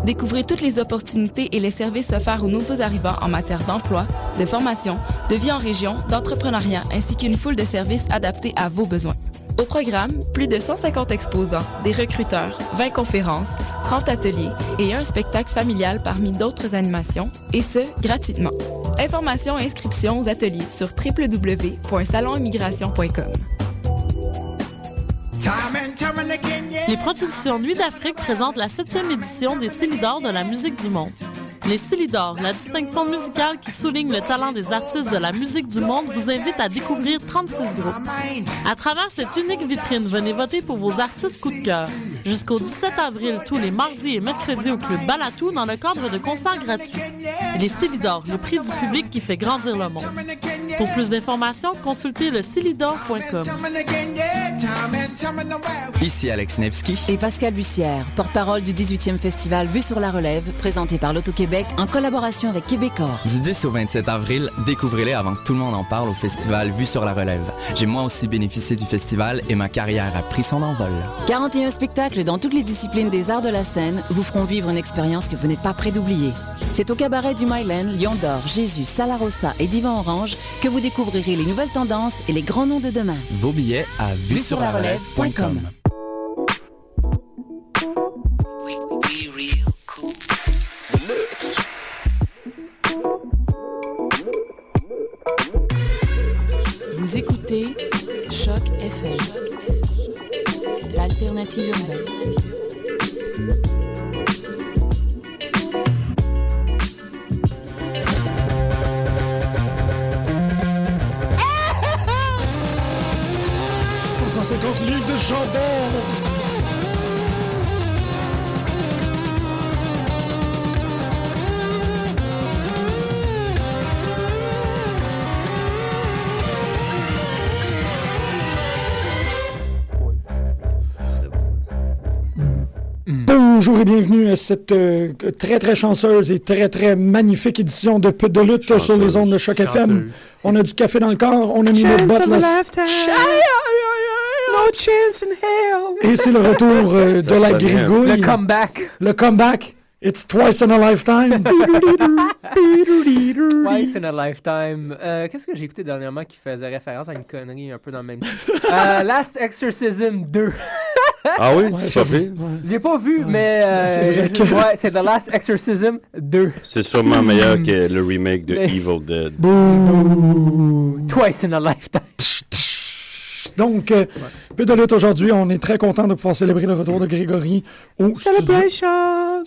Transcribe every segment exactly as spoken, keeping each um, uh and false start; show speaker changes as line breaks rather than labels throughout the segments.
Découvrez toutes les opportunités et les services offerts aux nouveaux arrivants en matière d'emploi, de formation, de vie en région, d'entrepreneuriat, ainsi qu'une foule de services adaptés à vos besoins. Au programme, plus de cent cinquante exposants, des recruteurs, vingt conférences, trente ateliers et un spectacle familial parmi d'autres animations, et ce, gratuitement. Informations et inscriptions aux ateliers sur w w w point salon immigration point com.
Les productions Nuit d'Afrique présentent la septième édition des Célidors de la musique du monde. Les Célidors, la distinction musicale qui souligne le talent des artistes de la musique du monde, vous invite à découvrir trente-six groupes. À travers cette unique vitrine, venez voter pour vos artistes coup de cœur. Jusqu'au dix-sept avril, tous les mardis et mercredis au Club Balatou dans le cadre de concerts gratuits. Les Célidors, le prix du public qui fait grandir le monde. Pour plus d'informations, consultez le célidor point com.
Ici Alex Nevsky
et Pascal Bussière, porte-parole du dix-huitième festival Vue sur la Relève, présenté par l'Auto-Québec en collaboration avec Québecor.
Du dix au vingt-sept avril, découvrez-les avant que tout le monde en parle au festival Vue sur la Relève. J'ai moi aussi bénéficié du festival et ma carrière a pris son envol.
quarante et un spectacles dans toutes les disciplines des arts de la scène vous feront vivre une expérience que vous n'êtes pas prêt d'oublier. C'est au cabaret du Myland, Lion d'Or, Jésus, Salarossa et Divan Orange que vous découvrirez les nouvelles tendances et les grands noms de demain.
Vos billets à vue sur la relève point com.
Vous écoutez Choc F M, l'alternative urbaine.
cent cinquante livres de chandelle. Bonjour et bienvenue à cette euh, très très chanceuse et très très magnifique édition de Pute de lutte chanceuse, sur les ondes de Choc F M. On a du café dans le corps, on a mis notre botte là. No chance in hell. Et c'est le retour euh, de la grigouille.
Le comeback.
Le comeback. It's twice in a lifetime.
Twice in a lifetime. Euh, qu'est-ce que j'ai écouté dernièrement qui faisait référence à une connerie un peu dans le même euh, Last Exorcism deux.
Ah oui,
ouais,
tu pas vu?
Ouais. J'ai pas vu, ouais. mais euh,
c'est vrai que...
ouais, c'est The Last Exorcism deux.
C'est sûrement meilleur que le remake de Evil Dead.
Boo. Twice in a lifetime.
Donc, euh, ouais. Peu de lutte aujourd'hui. On est très content de pouvoir célébrer le retour de Grégory au
Celebration!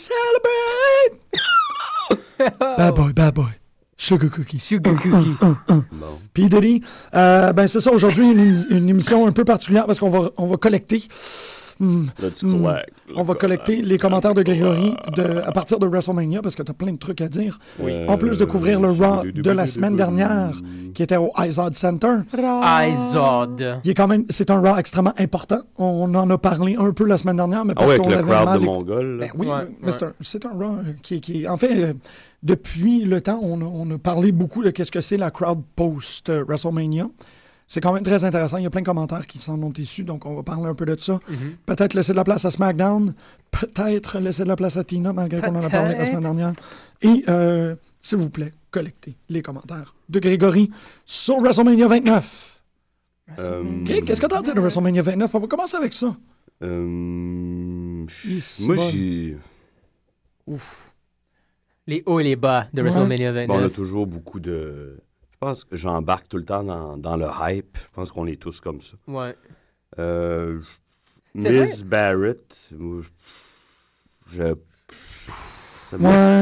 Celebrate! Bad boy, bad boy. Sugar cookie.
Sugar cookie.
Un, un, un. Bon. P. Diddy. Euh, ben, c'est ça, aujourd'hui, une, une émission un peu particulière parce qu'on va, on va collecter... Mm, mm, on va collecter les commentaires de Grégory de, à partir de WrestleMania parce que tu as plein de trucs à dire. Oui. En plus de couvrir le Raw de la semaine dernière qui était au Izod Center.
Izod.
Il est quand même, c'est un Raw extrêmement important. On en a parlé un peu la semaine dernière. Mais parce
ah ouais,
qu'on
avec le
avait
crowd de
éc...
Mongol.
Ben oui,
ouais,
mais
ouais.
c'est, un, c'est un Raw qui, qui en fait, euh, depuis le temps, on a, on a parlé beaucoup de qu'est-ce que c'est la crowd post-WrestleMania. C'est quand même très intéressant. Il y a plein de commentaires qui s'en ont issus, donc on va parler un peu de ça. Mm-hmm. Peut-être laisser de la place à SmackDown. Peut-être laisser de la place à Tina, malgré Peut-être. qu'on en a parlé la semaine dernière. Et, euh, s'il vous plaît, collectez les commentaires de Grégory sur WrestleMania vingt-neuf. Euh... Greg, qu'est-ce que t'as à dire de WrestleMania vingt-neuf? On va commencer avec ça.
Euh... Yes, moi, bon. j'ai...
Ouf. Les hauts et les bas de WrestleMania vingt-neuf.
Bon, on a toujours beaucoup de... Je pense que j'embarque tout le temps dans, dans le hype. Je pense qu'on est tous comme ça.
Ouais.
Euh, Miz Barrett, je...
Ouais.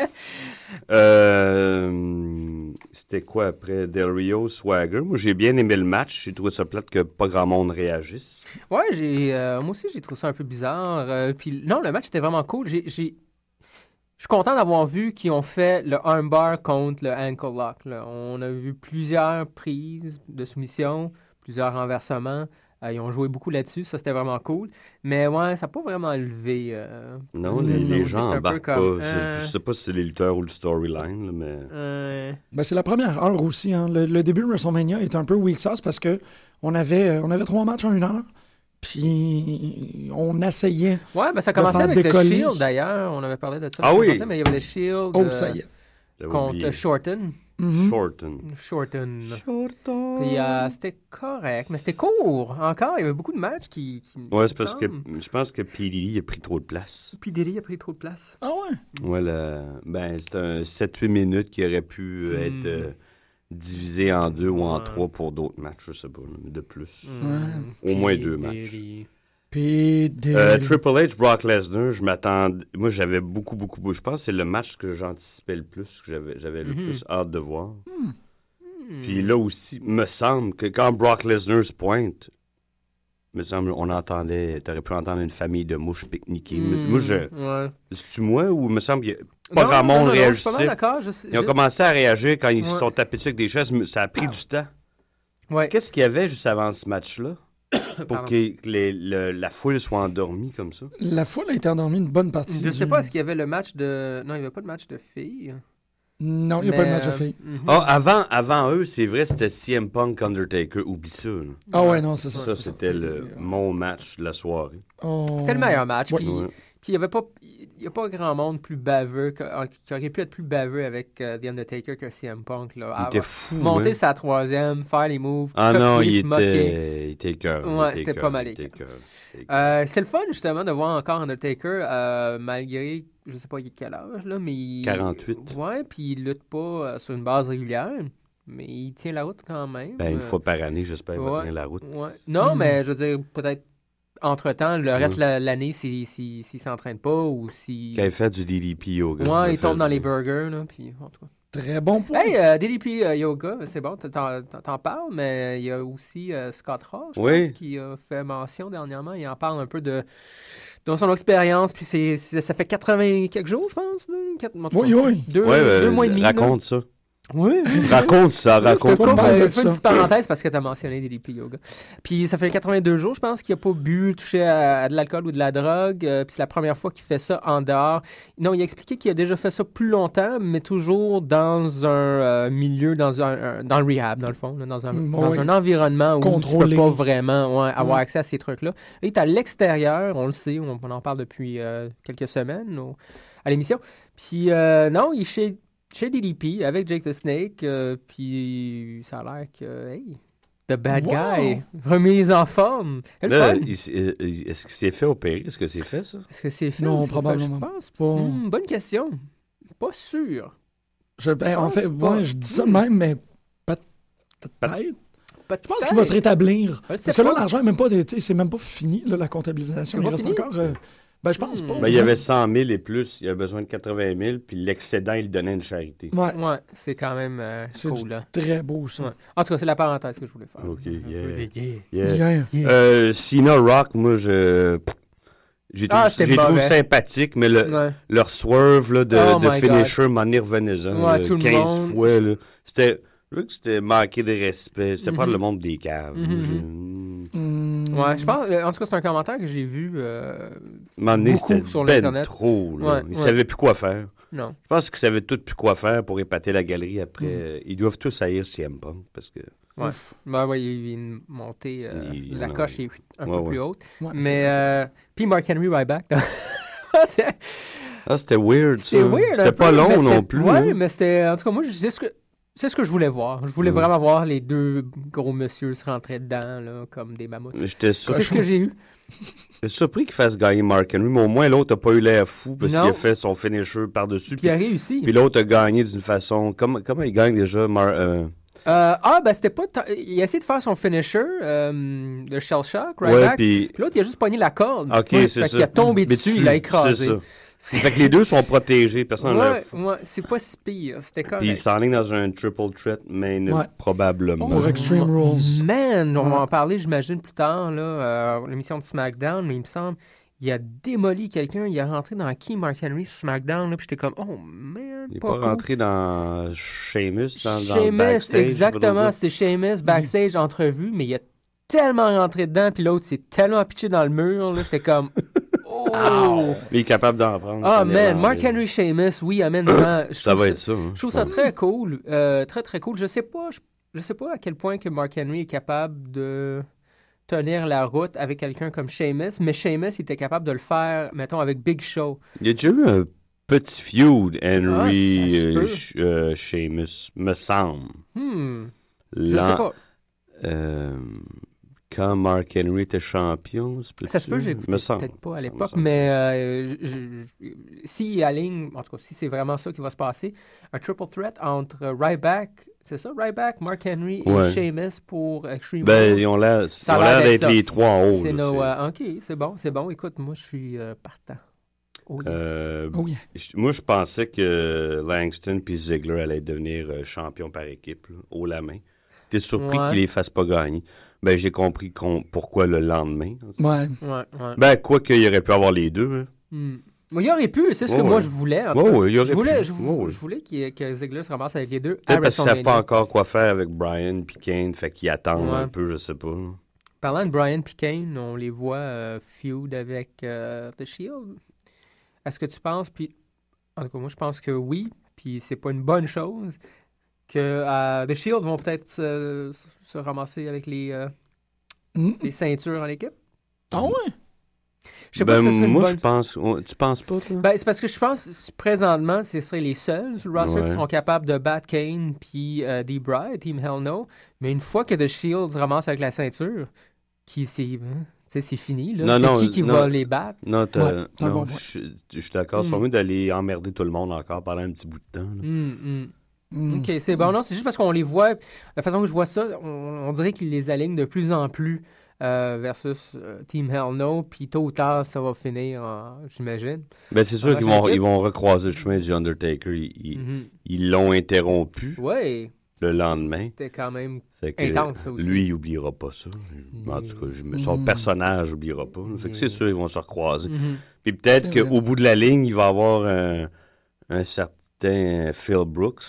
euh, c'était quoi après? Del Rio, Swagger. Moi, j'ai bien aimé le match. J'ai trouvé ça plate que pas grand monde réagisse.
Ouais, j'ai, euh, moi aussi, j'ai trouvé ça un peu bizarre. Euh, puis non, le match était vraiment cool. J'ai... j'ai... Je suis content d'avoir vu qu'ils ont fait le armbar contre le ankle lock. Là. On a vu plusieurs prises de soumission, plusieurs renversements. Euh, ils ont joué beaucoup là-dessus. Ça, c'était vraiment cool. Mais ouais, ça n'a pas vraiment levé. Euh,
non, les, les gens embarquent pas. Comme, euh... Je ne sais pas si c'est les lutteurs ou le storyline, là, mais...
Euh...
Ben, c'est la première heure aussi. Hein. Le, le début de WrestleMania était un peu weak sauce parce qu'on avait, on avait trois matchs en une heure. Puis on essayait.
Ouais, ben ça commençait avec le Shield d'ailleurs. On avait parlé de ça.
Ah oui.
Commençait, mais il y avait le Shield.
Oh,
euh,
ça y est.
Contre Shorten.
Mm-hmm.
Shorten.
Shorten.
Shorten.
Puis euh, c'était correct, mais c'était court. Encore, il y avait beaucoup de matchs qui. qui
ouais, c'est parce que je pense que P. Diddy a pris trop de place.
P. Diddy a pris trop de place.
Ah ouais?
Ouais, là, ben, c'est un sept huit minutes qui aurait pu mm. être euh, divisé en deux ouais. ou en trois pour d'autres matchs, je sais pas, mais de plus. Mm. Au P. moins deux matchs.
P.
Euh, Triple H, Brock Lesnar, je m'attendais. Moi, j'avais beaucoup, beaucoup, beaucoup. Je pense que c'est le match que j'anticipais le plus, que j'avais, j'avais le mm-hmm. plus hâte de voir. Mm. Puis là aussi, me semble que quand Brock Lesnar se pointe, me semble on entendait, t'aurais pu entendre une famille de mouches pique-niquer. Mm, moi, je, ouais. C'est-tu moi ou me semble qu'il y a pas grand monde non, réagissait?
Non, d'accord, je sais,
ils ont
je...
commencé à réagir quand ils se
ouais.
sont tapés dessus avec des chaises. Ça a pris du temps.
Ouais.
Qu'est-ce qu'il y avait juste avant ce match-là pour que les, le, la foule soit endormie comme ça?
La foule a été endormie une bonne partie.
Je sais pas, est-ce qu'il y avait le match de... Non, il n'y avait pas de match de filles.
Non, il n'y a
mais...
pas de match de filles.
Mm-hmm. Ah, avant, avant eux, c'est vrai, c'était C M Punk Undertaker. Oublie ça. Là.
Ah ouais, non, c'est ça.
Ça,
c'est
c'était
ça.
le, mon match de la soirée.
Oh...
C'était le meilleur match.
Ouais.
Puis ouais. il n'y avait pas... Il n'y a pas grand monde plus baveux, que, qui aurait pu être plus baveux avec uh, The Undertaker que C M Punk. Là.
Il était fou.
Monter
hein?
sa troisième, faire les moves,
ah non, il
se
était,
moquer.
il était cœur.
Ouais, c'était pas mal. Euh, c'est le fun, justement, de voir encore Undertaker, euh, malgré, je sais pas il a quel âge, là, mais... Il,
quarante-huit.
Ouais, puis il lutte pas euh, sur une base régulière, mais il tient la route quand même.
Ben, une euh, fois par année, j'espère qu'il
ouais,
va tenir la route.
Ouais. Non, mm. mais je veux dire, peut-être entre-temps, le reste mm. de l'année, s'il si, si, si s'entraîne pas ou si...
Quand il fait du D D P yoga.
Ouais, il tombe dans du... les burgers, là, puis en tout cas.
Très bon point.
Hey, euh, D D P uh, Yoga, c'est bon, t'en, t'en parles, mais il y a aussi euh, Scott Hall, je
oui.
pense, qui a fait mention dernièrement. Il en parle un peu de, de son expérience, puis c'est, c'est, ça fait quatre-vingts quelques jours, je pense. Là, quatre,
oui, oui.
Deux,
ouais,
deux
euh,
mois et demi.
Raconte
là.
ça.
Oui.
Raconte ça, raconte.
Je te fais une petite parenthèse parce que tu as mentionné D D P Yoga. Puis ça fait quatre-vingt-deux jours, je pense, qu'il n'a pas bu, touché à, à de l'alcool ou de la drogue. Euh, puis c'est la première fois qu'il fait ça en dehors. Non, il a expliqué qu'il a déjà fait ça plus longtemps, mais toujours dans un euh, milieu, dans un, un dans le rehab, dans le fond, là, dans, un, bon, dans oui. un environnement où Contrôlé. Tu ne peux pas vraiment ouais, avoir mmh. accès à ces trucs-là. Il est à l'extérieur, on le sait, on, on en parle depuis euh, quelques semaines au, à l'émission. Puis euh, non, il est chez... Chez D D P, avec Jake the Snake, euh, puis ça a l'air que, hey, the bad wow. guy, remise en forme.
Là, il, est-ce que c'est fait opérer? Est-ce que c'est fait, ça?
Est-ce que c'est fait?
Non,
c'est
probablement
fait, je pense
pas.
Hum, bonne question. Pas sûr.
Je, ben, en fait, ouais, je dis ça de même, mais peut-être.
Peut-être.
Je pense qu'il va se rétablir. Parce que
pas.
là, l'argent, est même pas, c'est même pas fini, là, la comptabilisation.
C'est
il reste
fini?
encore... Euh, Ben, je pense
Hmm.
pas.
Ben, il y avait cent mille et plus. Il y avait besoin de quatre-vingt mille, puis l'excédent, il donnait une charité.
Ouais.
Ouais, c'est quand même euh,
c'est
cool. Là.
Très beau, ça.
Ouais. En tout cas, c'est la parenthèse que je voulais faire.
OK, yeah.
yeah.
yeah.
yeah.
yeah. Euh, Cena Rock, moi, je... J'ai,
ah,
trouvé, j'ai trouvé sympathique, mais le, ouais. leur swerve là, de,
oh
de finisher m'en est revenez-en.
Ouais,
là, quinze fois. Là. C'était... Là, c'était manquer de respect. C'était mm-hmm. pas le monde des caves.
Mm-hmm.
Je...
Mm. Ouais, je pense... En tout cas, c'est un commentaire que j'ai vu euh,
donné,
beaucoup sur
ben
l'Internet.
Trop, là.
Ouais,
Ils
ouais.
savaient plus quoi faire.
Non.
Je pense qu'ils savaient tout plus quoi faire pour épater la galerie après. Mm. Ils doivent tous haïr C M Punk parce que...
Ouais. Ben ouais, il y a une montée... Euh, il, la non, coche est un
ouais,
peu
ouais.
plus haute.
Ouais,
mais... Euh, puis Mark Henry Ryback...
c'est... Ah, c'était weird, ça.
C'était weird,
C'était pas
peu,
long non plus.
Ouais,
hein.
mais c'était... En tout cas, moi, je sais ce que... C'est ce que je voulais voir. Je voulais mmh. vraiment voir les deux gros messieurs se rentrer dedans, là, comme des mammouths.
J'étais sur...
C'est ce que j'ai eu.
J'étais surpris qu'il fasse gagner Mark Henry, mais au moins l'autre n'a pas eu l'air fou parce non. qu'il a fait son finisher par-dessus.
Puis il a réussi.
Puis l'autre a gagné d'une façon... Comment, comment il gagne déjà, Mar... euh...
Euh, ah, ben c'était pas... T- il a essayé de faire son finisher, euh, le shell shock, right
ouais,
back.
Puis...
puis l'autre, il a juste pogné la corde.
OK,
ouais,
c'est
fait
ça.
qu'il a tombé
mais
dessus,
tu...
il a écrasé.
C'est ça. C'est... Fait que les deux sont protégés, personne n'a
ouais,
l'air fou.
Ouais, c'est pas si pire, c'était correct.
Puis il s'enligne dans un triple threat, mais ouais. probablement.
Pour Extreme Rules.
Man, on
ouais.
va en parler, j'imagine, plus tard, là, euh, l'émission de SmackDown, mais il me semble, il a démoli quelqu'un, il est rentré dans qui, Mark Henry, sur SmackDown, là, puis j'étais comme, oh man,
il n'est
pas,
pas
cool.
rentré dans Sheamus, dans,
Sheamus,
dans le backstage.
Exactement, c'était Sheamus, backstage, entrevue, mais il a tellement rentré dedans, puis l'autre s'est tellement pitché dans le mur, là, j'étais comme...
Oh! Il est capable d'en prendre.
Ah, man, Mark Henry Sheamus, oui, amène vraiment.
Ça va être ça. Hein,
je trouve ça très cool. Euh, très, très cool. Je sais pas, je, je sais pas à quel point que Mark Henry est capable de tenir la route avec quelqu'un comme Sheamus, mais Sheamus il était capable de le faire, mettons, avec Big Show.
Il y a déjà eu un petit feud, Henry,
Ah, ça se
euh,
peut.
Sh- euh, Sheamus, me semble.
Hmm. Je
L'an-
sais pas.
euh, quand Mark Henry était champion, c'est
Ça se peut, j'ai écouté peut-être pas à l'époque, mais euh, je- je- je- s'il aligne, en tout cas, si c'est vraiment ça qui va se passer, un triple threat entre Ryback, c'est ça, Ryback, Mark Henry et
Ouais.
Sheamus pour Extreme
Ben,
Rules.
ils ont l'air,
Ça a
ils ont
l'air
l'air
d'être
d'être
ça.
les trois en haut.
C'est
là,
nos,
c'est-
euh, ok, c'est bon, c'est bon. Écoute, moi, je suis euh, partant. Oh, yes.
Euh,
Oh, yeah.
je- Moi, je pensais que Langston puis Ziggler allaient devenir euh, champions par équipe, là, haut la main. T'es surpris
Ouais.
qu'ils les fassent pas gagner. Ben, j'ai compris qu'on- pourquoi le lendemain.
Ouais.
Ouais, ouais.
Ben, quoi qu'il aurait pu avoir les deux. Hein.
Hmm. Mais il aurait pu, c'est ce que
Ouais,
moi
ouais.
je voulais. en
Ouais,
tout cas.
ouais, il aurait
je voulais,
pu.
je,
Ouais, ouais.
je voulais qu'il- que Ziggler se ramasse avec les deux à
Peut-être parce qu'ils savent pas
WrestleMania.
encore quoi faire avec Bryan puis Kane, fait qu'ils attendent
Ouais.
un peu, je sais pas. là.
Parlant de Bryan et Kane, on les voit euh, feud avec euh, The Shield. Est-ce que tu penses, puis en tout cas moi je pense que oui, puis c'est pas une bonne chose, que euh, The Shield vont peut-être se, se ramasser avec les, euh,
Mm.
les ceintures en équipe?
Ah ouais?
Je sais pas
Ben,
si ce serait une
moi,
bonne...
je pense. on- Tu penses pas, toi?
Ben, c'est parce que je pense que présentement, ce seraient les seuls sur le roster
Ouais.
qui sont capables de battre Kane puis euh, D-Bry, Team Hell No. Mais une fois que The Shield se ramasse avec la ceinture, qui c'est, hein, tu sais, c'est fini. Là.
Non,
C'est
non,
qui qui
non.
va les battre?
Non, t'as-
Ouais, c'est un
non,
bon point.
je je suis d'accord. C'est
Mm.
mieux d'aller emmerder tout le monde encore pendant un petit bout de temps. là.
Hum, hum.
Mm.
OK, c'est bon. Non, c'est juste parce qu'on les voit, la façon que je vois ça, on, on dirait qu'ils les alignent de plus en plus euh, versus euh, Team Hell No. Puis tôt ou tard, ça va finir, en- j'imagine.
Ben, c'est sûr
Ah,
qu'ils
c'est
vont,
l'équipe.
ils vont recroiser le chemin du Undertaker. Ils- Ils
Mhm.
ils l'ont interrompu
Ouais,
le lendemain.
c'était quand même...
Fait que
Intense, ça aussi.
lui, il oubliera pas ça. En tout cas, je- son
Mm.
personnage n'oubliera pas. là. Fait que c'est sûr qu'ils vont se recroiser.
Mhm.
Puis peut-être
C'est vrai.
qu'au bout de la ligne, il va y avoir un, un certain Phil Brooks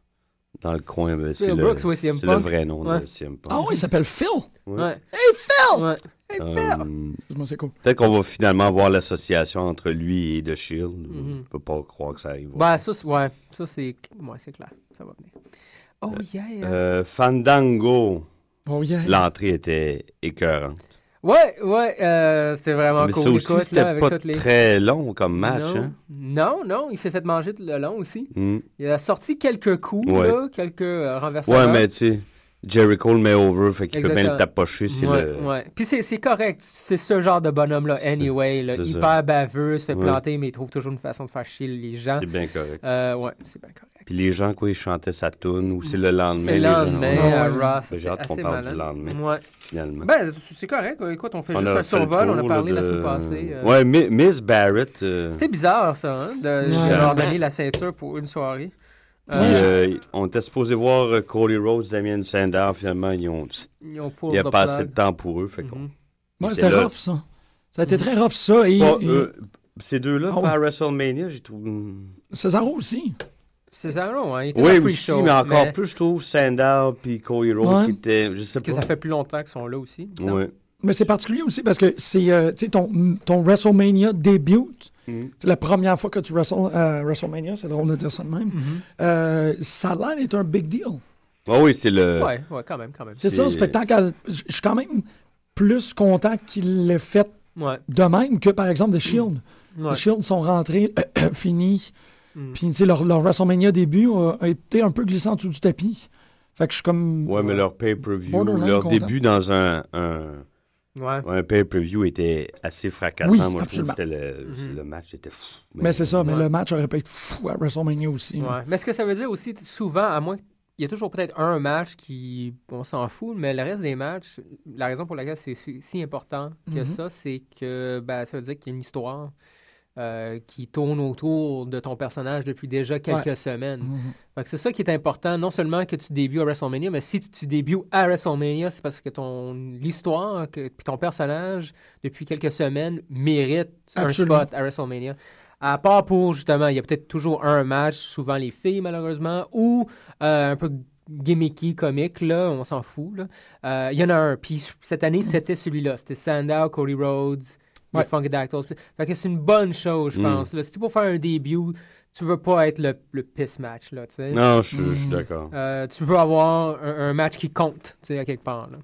dans le coin. Ben, c'est
Phil
le,
Brooks, oui, C M
c'est le
Punk.
vrai nom
Ouais.
de C M Punk.
Ah ouais, il s'appelle Phil.
Ouais.
Ouais.
Hey, Phil!
Ouais.
Euh,
Excuse-moi, c'est cool.
peut-être qu'on va finalement voir l'association entre lui et The Shield.
Mhm.
Je peux pas croire que ça arrive.
Ben, ça, c'est- ouais, ça, c'est... Ouais, c'est clair. Ça va venir. Oh, yeah!
Euh, Fandango,
Oh yeah.
l'entrée était écœurante.
Ouais, ouais, euh, c'était vraiment
Mais
cool.
ça aussi,
Écoute,
c'était
là, avec
pas
toutes les...
très long comme match.
non,
Hein?
non, non, il s'est fait manger tout le long aussi.
Mm.
Il a sorti quelques coups,
Ouais.
là, quelques euh, renversements.
Ouais, mais tu sais, Jericho le met over, fait qu'il peut bien
Exactement.
le tapocher. C'est
Ouais,
le...
ouais. Puis c'est, c'est correct. C'est ce genre de bonhomme-là, anyway. Là,
C'est ça.
hyper baveux, se fait
Ouais.
planter, mais il trouve toujours une façon de faire chier les gens.
C'est bien correct.
Euh, ouais, c'est bien correct.
Puis les gens, quoi, ils chantaient sa tune, ou c'est le lendemain.
C'est le
les gens-
lendemain,
Ouais,
à
ouais.
Ross.
Ben,
C'était
j'ai hâte qu'on
assez
parle
malade.
du lendemain.
Ouais.
finalement.
Ben, c'est correct. Écoute, on fait
On
juste
a
un
fait le
survol. On a
tour,
parlé
là,
la
de-
semaine passée. euh.
Ouais, Mi- Miss Barrett. euh,
C'était bizarre, ça, hein, de, de
Ouais.
leur donner la ceinture pour une soirée.
Puis,
Euh,
euh, on était supposé voir euh, Cody Rhodes, Damien Sandow. Finalement, ils ont,
ils ont pulled
il n'y a
the
pas
plug.
assez de temps pour eux. Fait qu'on-
Mhm.
ils
Ouais,
étaient
c'était
là.
rough, ça. Ça a été très rough, ça. Et,
Pas,
et
euh, ces deux-là,
Oh.
pas à WrestleMania, j'ai trouvé.
Cesaro aussi.
Cesaro, hein, il était
Oui,
dans
aussi,
pre-show,
mais encore
mais
plus, je trouve, Sandow puis Cody Rhodes
Ouais.
qui étaient. Je sais
que
pas.
ça fait plus longtemps qu'ils sont là aussi. il me semble.
Ouais.
Mais c'est particulier aussi parce que c'est euh, tu sais, ton, ton WrestleMania débute.
Mhm.
C'est la première fois que tu wrestle à WrestleMania, c'est drôle de dire ça de même.
Mhm.
Euh, ça a l'air d'être un big deal.
Ah oui, c'est le.
Ouais, ouais, quand même, quand même.
C'est ça,
C'est-
ça fait tant qu'à- Je je suis quand même plus content qu'il l'ait fait
Ouais,
de même que, par exemple, The Shield.
ouais.
Les Shield sont rentrés, finis.
Mm.
Puis, tu sais, leur, leur WrestleMania début a, a été un peu glissant en dessous du tapis. Fait que je suis comme.
Ouais, mais leur pay-per-view,
Borderline
leur
content.
début dans un, un,
Ouais.
un pay-per-view était assez fracassant.
Oui,
Moi, je trouve
absolument.
que c'était le,
Mhm.
le match était fou.
Mais c'est ça, mais
Ouais.
le match aurait pu être fou à WrestleMania aussi. là.
Ouais. Mais ce que ça veut dire aussi, t- souvent, à moins il y a toujours peut-être un match qui, on s'en fout, mais le reste des matchs, la raison pour laquelle c'est si, si important que
Mhm.
ça, c'est que ben, ça veut dire qu'il y a une histoire euh, qui tourne autour de ton personnage depuis déjà quelques
Ouais.
semaines.
Mhm.
Fait que c'est ça qui est important, non seulement que tu débutes à WrestleMania, mais si tu, tu débutes à WrestleMania, c'est parce que ton l'histoire, que, puis ton personnage, depuis quelques semaines, mérite
Absolument.
un spot à WrestleMania. À part pour, justement, il y a peut-être toujours un match, souvent les filles, malheureusement, ou euh, un peu gimmicky, comique, là, on s'en fout, là. Euh, Il y en a un, puis cette année, c'était celui-là. C'était Sandow, Cody Rhodes,
Ouais.
les Funky Dactyls. Fait que c'est une bonne chose, je
Mm.
pense. Là. Si tu pour faire un début, tu veux pas être le, le piss match, là, tu sais.
Non, je suis- je suis
Mhm.
d'accord.
Euh, tu veux avoir un, un match qui compte, tu sais, à quelque part, là.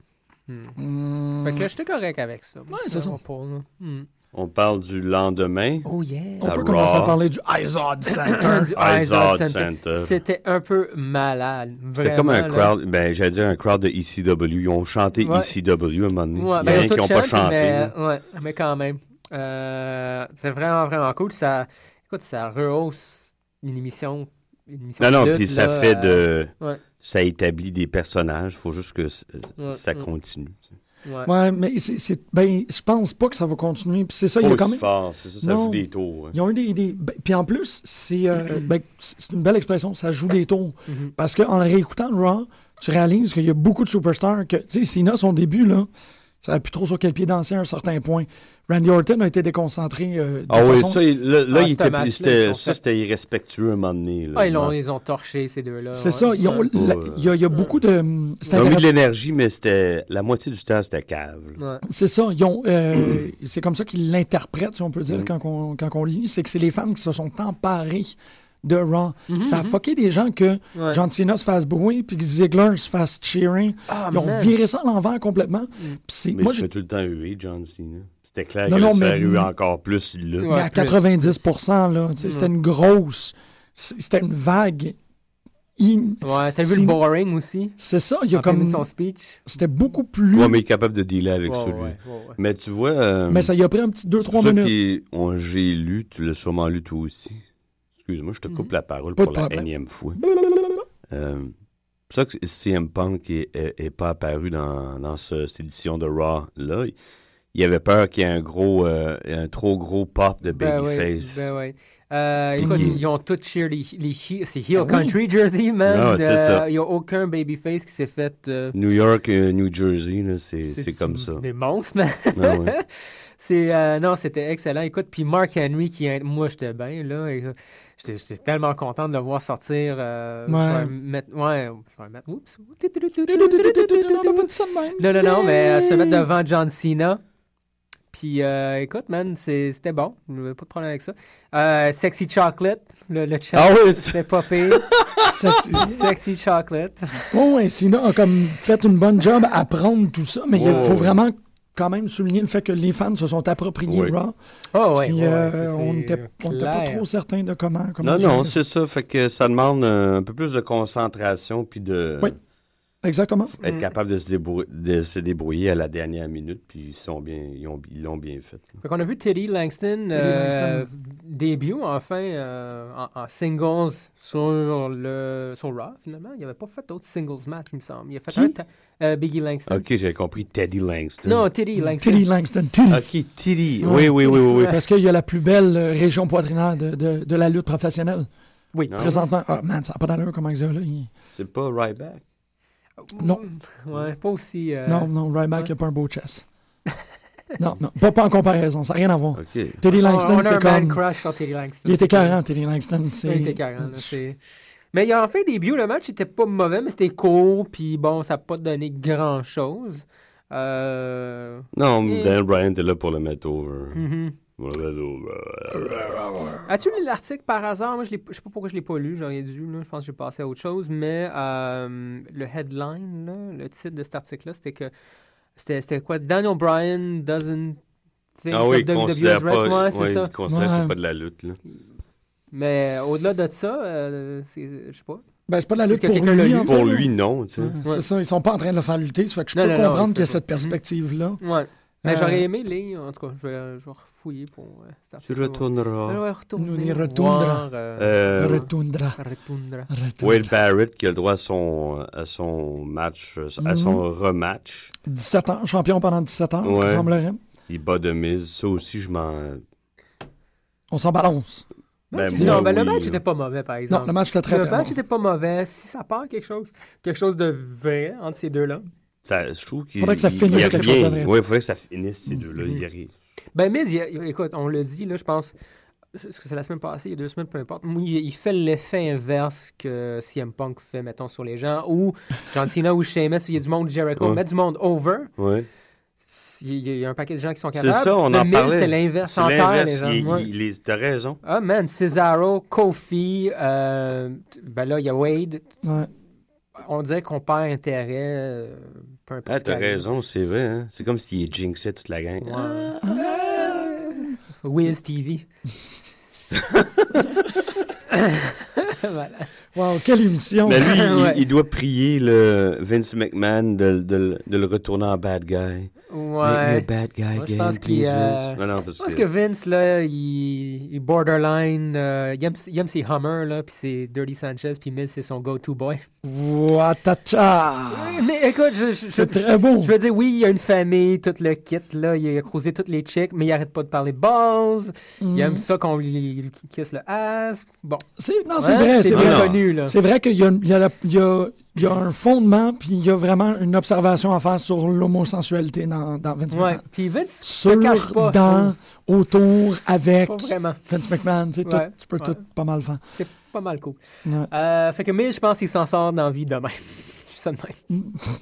Hmm. Fait que j'étais correct avec ça.
Ouais, c'est ça.
Hmm.
On parle du lendemain.
Oh yeah.
On peut
Raw.
commencer à parler du Izod Center.
Du
Izod
Izod
Center.
C'était un peu malade.
C'était comme un
là.
crowd, ben j'allais dire un crowd de E C W. Ils ont chanté
Ouais.
E C W à un moment donné.
Ouais,
Il y
ben,
a
ils
rien
ont
qui
tout
n'ont pas
chanté,
chanté.
mais,
là.
ouais, mais quand même. Euh, c'est vraiment, vraiment cool. Ça, écoute, ça rehausse une émission. Une émission
Non, non,
de lutte,
puis ça
là,
fait
euh,
de...
ouais.
Ça établit des personnages. Il faut juste que c-
Ouais,
ça
ouais.
continue.
Ouais.
Ouais, mais c'est, c'est, ben, je pense pas que ça va continuer. Puis c'est ça, il y a
Pas
quand
aussi
même.
fort, c'est ça, ça
Non.
joue des tours. hein.
Ils ont eu des. des ben, puis en plus, c'est, euh, ben, c'est une belle expression, ça joue des tours.
Mhm.
Parce qu'en le réécoutant le Raw, tu réalises qu'il y a beaucoup de superstars que, tu sais, Cena, son début, là, ça n'a plus trop sur quel pied danser à un certain point. Randy Orton a été déconcentré. Euh, de
Ah oui,
façon-
ça, il- là, là,
Ah,
il
ce
était,
match-là,
c'était,
ils ont
ça,
fait-
c'était irrespectueux à un moment donné. Là.
Ah, ils, l'ont,
Ouais.
ils ont torché ces deux-là.
C'est
ouais.
ça, ils ont,
Ouais.
la- il y, a- il y a beaucoup de. C'est
Ils ont mis de
intéressant.
l'énergie, mais c'était la moitié du temps, c'était cave. là.
Ouais.
C'est ça, ils ont, euh, c'est comme ça qu'ils l'interprètent, si on peut dire,
Mm.
quand, on, quand on lit. C'est que c'est les fans qui se sont emparés de Raw.
Mhm,
Ça a
mhm.
fucké des gens que
Ouais.
John Cena se fasse bouer puis que Ziggler se fasse cheering.
Ah,
Ils ont
man.
viré ça à l'envers complètement. Puis c'est,
Mais
moi,
je
j'ai-
fais tout le temps huer, John Cena. C'était clair
Non,
qu'il
non,
allait se
mais-
faire huer encore plus là.
Ouais.
mais à
plus.
quatre-vingt-dix pour cent, là, tu sais, c'était une grosse. C'était une vague. in-
Ouais, t'as vu
C'est-
le boring aussi?
C'est ça, il y a
En plein
comme.
milieu de son speech.
C'était beaucoup plus.
Ouais, mais il est capable de dealer avec
Ouais,
ça, lui.
ouais, ouais, ouais.
Mais tu vois, euh,
Mais ça y a pris un petit
c'est
deux
pour
trois
ça
minutes.
que on- j'ai lu, tu l'as sûrement lu toi aussi. Excuse-moi, je te coupe la parole
Pas
pour
de
la
problème.
énième fois. Euh, c'est pour ça que C M Punk est, est- est pas apparu dans, dans ce- cette édition de Raw-là. Il avait peur qu'il y ait un gros, euh, un trop gros pop de
Ben oui,
babyface.
ben oui. Euh,
Puis
écoute,
il-
ils ont tous cheer les, les he- c'est Heel
Ah oui.
Country Jersey, man.
Ah ouais, c'est
Euh,
ça.
Il n'y a aucun babyface qui s'est fait. euh,
New York et New Jersey, là, c'est, c'est comme ça.
Des monstres, man.
Ah ouais.
C'est, euh, non, c'était excellent. Écoute, puis Mark Henry, qui est- moi, j'étais bien, là. et, euh, J'étais, j'étais tellement content de le voir sortir. Euh,
Ouais.
sur un met- ouais, sur un met- oups.
On a pas dit ça de même.
Non, non, non, mais euh, se mettre devant John Cena. Puis, euh, écoute, man, c'est- c'était bon. Je n'avais pas de problème avec ça. Euh, Sexy Chocolate, le, le chat,
Ah oui,
c'était pas pire.
Sexy.
Sexy Chocolate.
Oh, ouais, Cena a comme fait une bonne job à prendre tout ça, mais il
Oh,
faut
oui.
vraiment quand même souligner le fait que les fans se sont appropriés
Oui.
Raw.
Oh, ouais,
Puis,
ouais,
euh,
ça,
on
c'est
n'était on n'était pas
clair.
trop certain de comment. comment
Non,
gérer
non,
ça.
c'est ça. Fait que ça demande euh, un peu plus de concentration puis de
Oui. Exactement.
être
Mm.
capable de se, débrou- de se débrouiller à la dernière minute. Puis ils sont bien, ils, ont, ils l'ont bien fait.
Fait qu'on a vu Teddy Langston, euh,
Langston.
début, enfin, euh, en, en singles sur, le, sur Raw, finalement. Il n'avait pas fait d'autres singles match, il me semble. Il a fait
Qui?
un ta- euh, Biggie Langston.
OK, j'avais compris Teddy Langston.
Non, Teddy Langston.
Teddy Langston. Teddy.
OK, Teddy.
Ouais.
Oui, oui, oui, oui. oui.
Parce qu'il y a la plus belle euh, région poitrinaire de, de, de la lutte professionnelle.
Oui.
Non.
Présentement. Ah, man, ça n'a pas d'allure comment ça, là. il-
C'est pas Ryback.
Non.
Ouais, pas aussi... euh,
Non, non, Ryback
ouais.
n'a pas un beau chest. non, non, pas, pas en comparaison, ça n'a rien à voir.
OK.
Teddy
on-
Langston,
on a
c'est
un man
comme...
crush sur Teddy Langston.
Il était
C'est
carré, Teddy Langston. c'est-
Il était carré, là, c'est... Mais il a en fait début, le match était pas mauvais, mais c'était court, puis bon, ça n'a pas donné grand-chose. Euh...
Non,
Et-
Daniel Bryan était là pour le mettre over.
mhm.
Pour le mettre over.
As-tu lu l'article par hasard? Moi, je ne sais pas pourquoi je ne l'ai pas lu, j'aurais dû, là. Je pense que j'ai passé à autre chose, mais euh, le headline, là, le titre de cet article-là, c'était que, c'était, c'était quoi? Daniel Bryan doesn't think
Ah oui,
of
il
W W E
considère
as
pas,
wrestling. Ouais, c'est
ouais,
ça.
il considère que
Ouais.
c'est pas de la lutte, là.
Mais au-delà de ça, euh, c'est, je sais pas.
Ben, c'est pas de la lutte
Est-ce que
pour
quelqu'un l'a
lui,
lu?
en fait,
Pour
là.
lui, non, tu sais.
Ouais,
Ouais.
C'est ça, ils sont pas en train de le faire lutter, ça fait que je
Non,
peux
non, non,
comprendre
il
qu'il y a
fait
cette
pas.
perspective-là.
Ouais. Mais
Euh,
j'aurais aimé lire, en tout cas, je vais, je vais refouiller pour euh, cet
Tu
article.
retourneras.
Je vais retourner
Nous y retournera.
voir, euh,
Euh,
Retundra.
retournera.
Retundra.
Wade Barrett qui a le droit à son, à son match, à
Mhm.
son rematch.
dix-sept ans, champion pendant dix-sept ans,
Ouais.
il semblerait.
Il bat de mise. Ça aussi, je m'en...
On s'en balance.
Ben,
non,
moi,
ben, le
oui,
match
là.
n'était pas mauvais, par exemple.
Non, le match était très,
le
très
match
bon.
était pas mauvais. Si ça part quelque chose, quelque chose de vrai entre ces deux-là.
Ça, je trouve qu'il
Faudrait que ça
il-
finisse
il y a
quelque
rien.
chose de vrai.
Oui, il faudrait que ça finisse, ces deux-là. Il y a rien.
Ben, Miz, il a- écoute, on l'a dit, là, je pense. Est-ce que c'est la semaine passée, il y a deux semaines, peu importe. Moi, il, il fait l'effet inverse que C M Punk fait, mettons, sur les gens. Ou John Cena ou Sheamus, il y a du monde Jericho.
Ouais.
Mettre du monde over,
Ouais.
il y a un paquet de gens qui sont
C'est
capables.
ça, on
Le
en
Miz,
parlait.
c'est l'inverse.
C'est
En terre, les
l'inverse.
gens.
Il-
Ouais.
il- il- T'as raison.
Ah, man, Cesaro, Kofi, euh, ben là, il y a Wade.
Ouais.
on dirait qu'on perd intérêt. Euh, peu importe.
Ah, t'as raison, c'est vrai. Hein? C'est comme s'il jinxait toute la gang.
Ouais. Ah. Wiz T V. Voilà.
Wow, quelle émission!
Mais lui,
Ouais.
il, il doit prier le Vince McMahon de, de, de le retourner en bad guy.
Ouais.
Make me a bad guy
Moi,
again,
je pense qu'il
please,
euh,
Vince. Non, non, parce
je pense
que...
que Vince, là, il, il borderline. Euh, il, aime, il aime ses Hummer, là, puis c'est Dirty Sanchez, puis Miz, c'est son go-to boy.
Watacha!
Mais écoute, je, je,
C'est
je,
très beau!
je veux dire, oui, il y a une famille, tout le kit, là, il a croisé toutes les chicks, mais il arrête pas de parler balls.
Mm.
Il aime ça qu'on lui, lui kiss le ass. Bon.
C'est, non, c'est
Ouais,
vrai, c'est,
c'est
vrai.
bien
Non.
connu, là.
C'est vrai qu'il y a, il y a la- il y a- il y a un fondement, puis il y a vraiment une observation à faire sur l'homosensualité dans, dans Vince
Ouais.
McMahon.
Puis Vince se
Sur,
cache pas. je
dans, autour, avec
trouve. Pas vraiment.
Vince McMahon. Tu sais, tout-
Ouais,
tu peux
ouais.
tout pas mal faire.
C'est pas mal cool.
Ouais.
Euh, fait que Miz, je pense qu'il s'en sort dans la vie demain. Ça de même.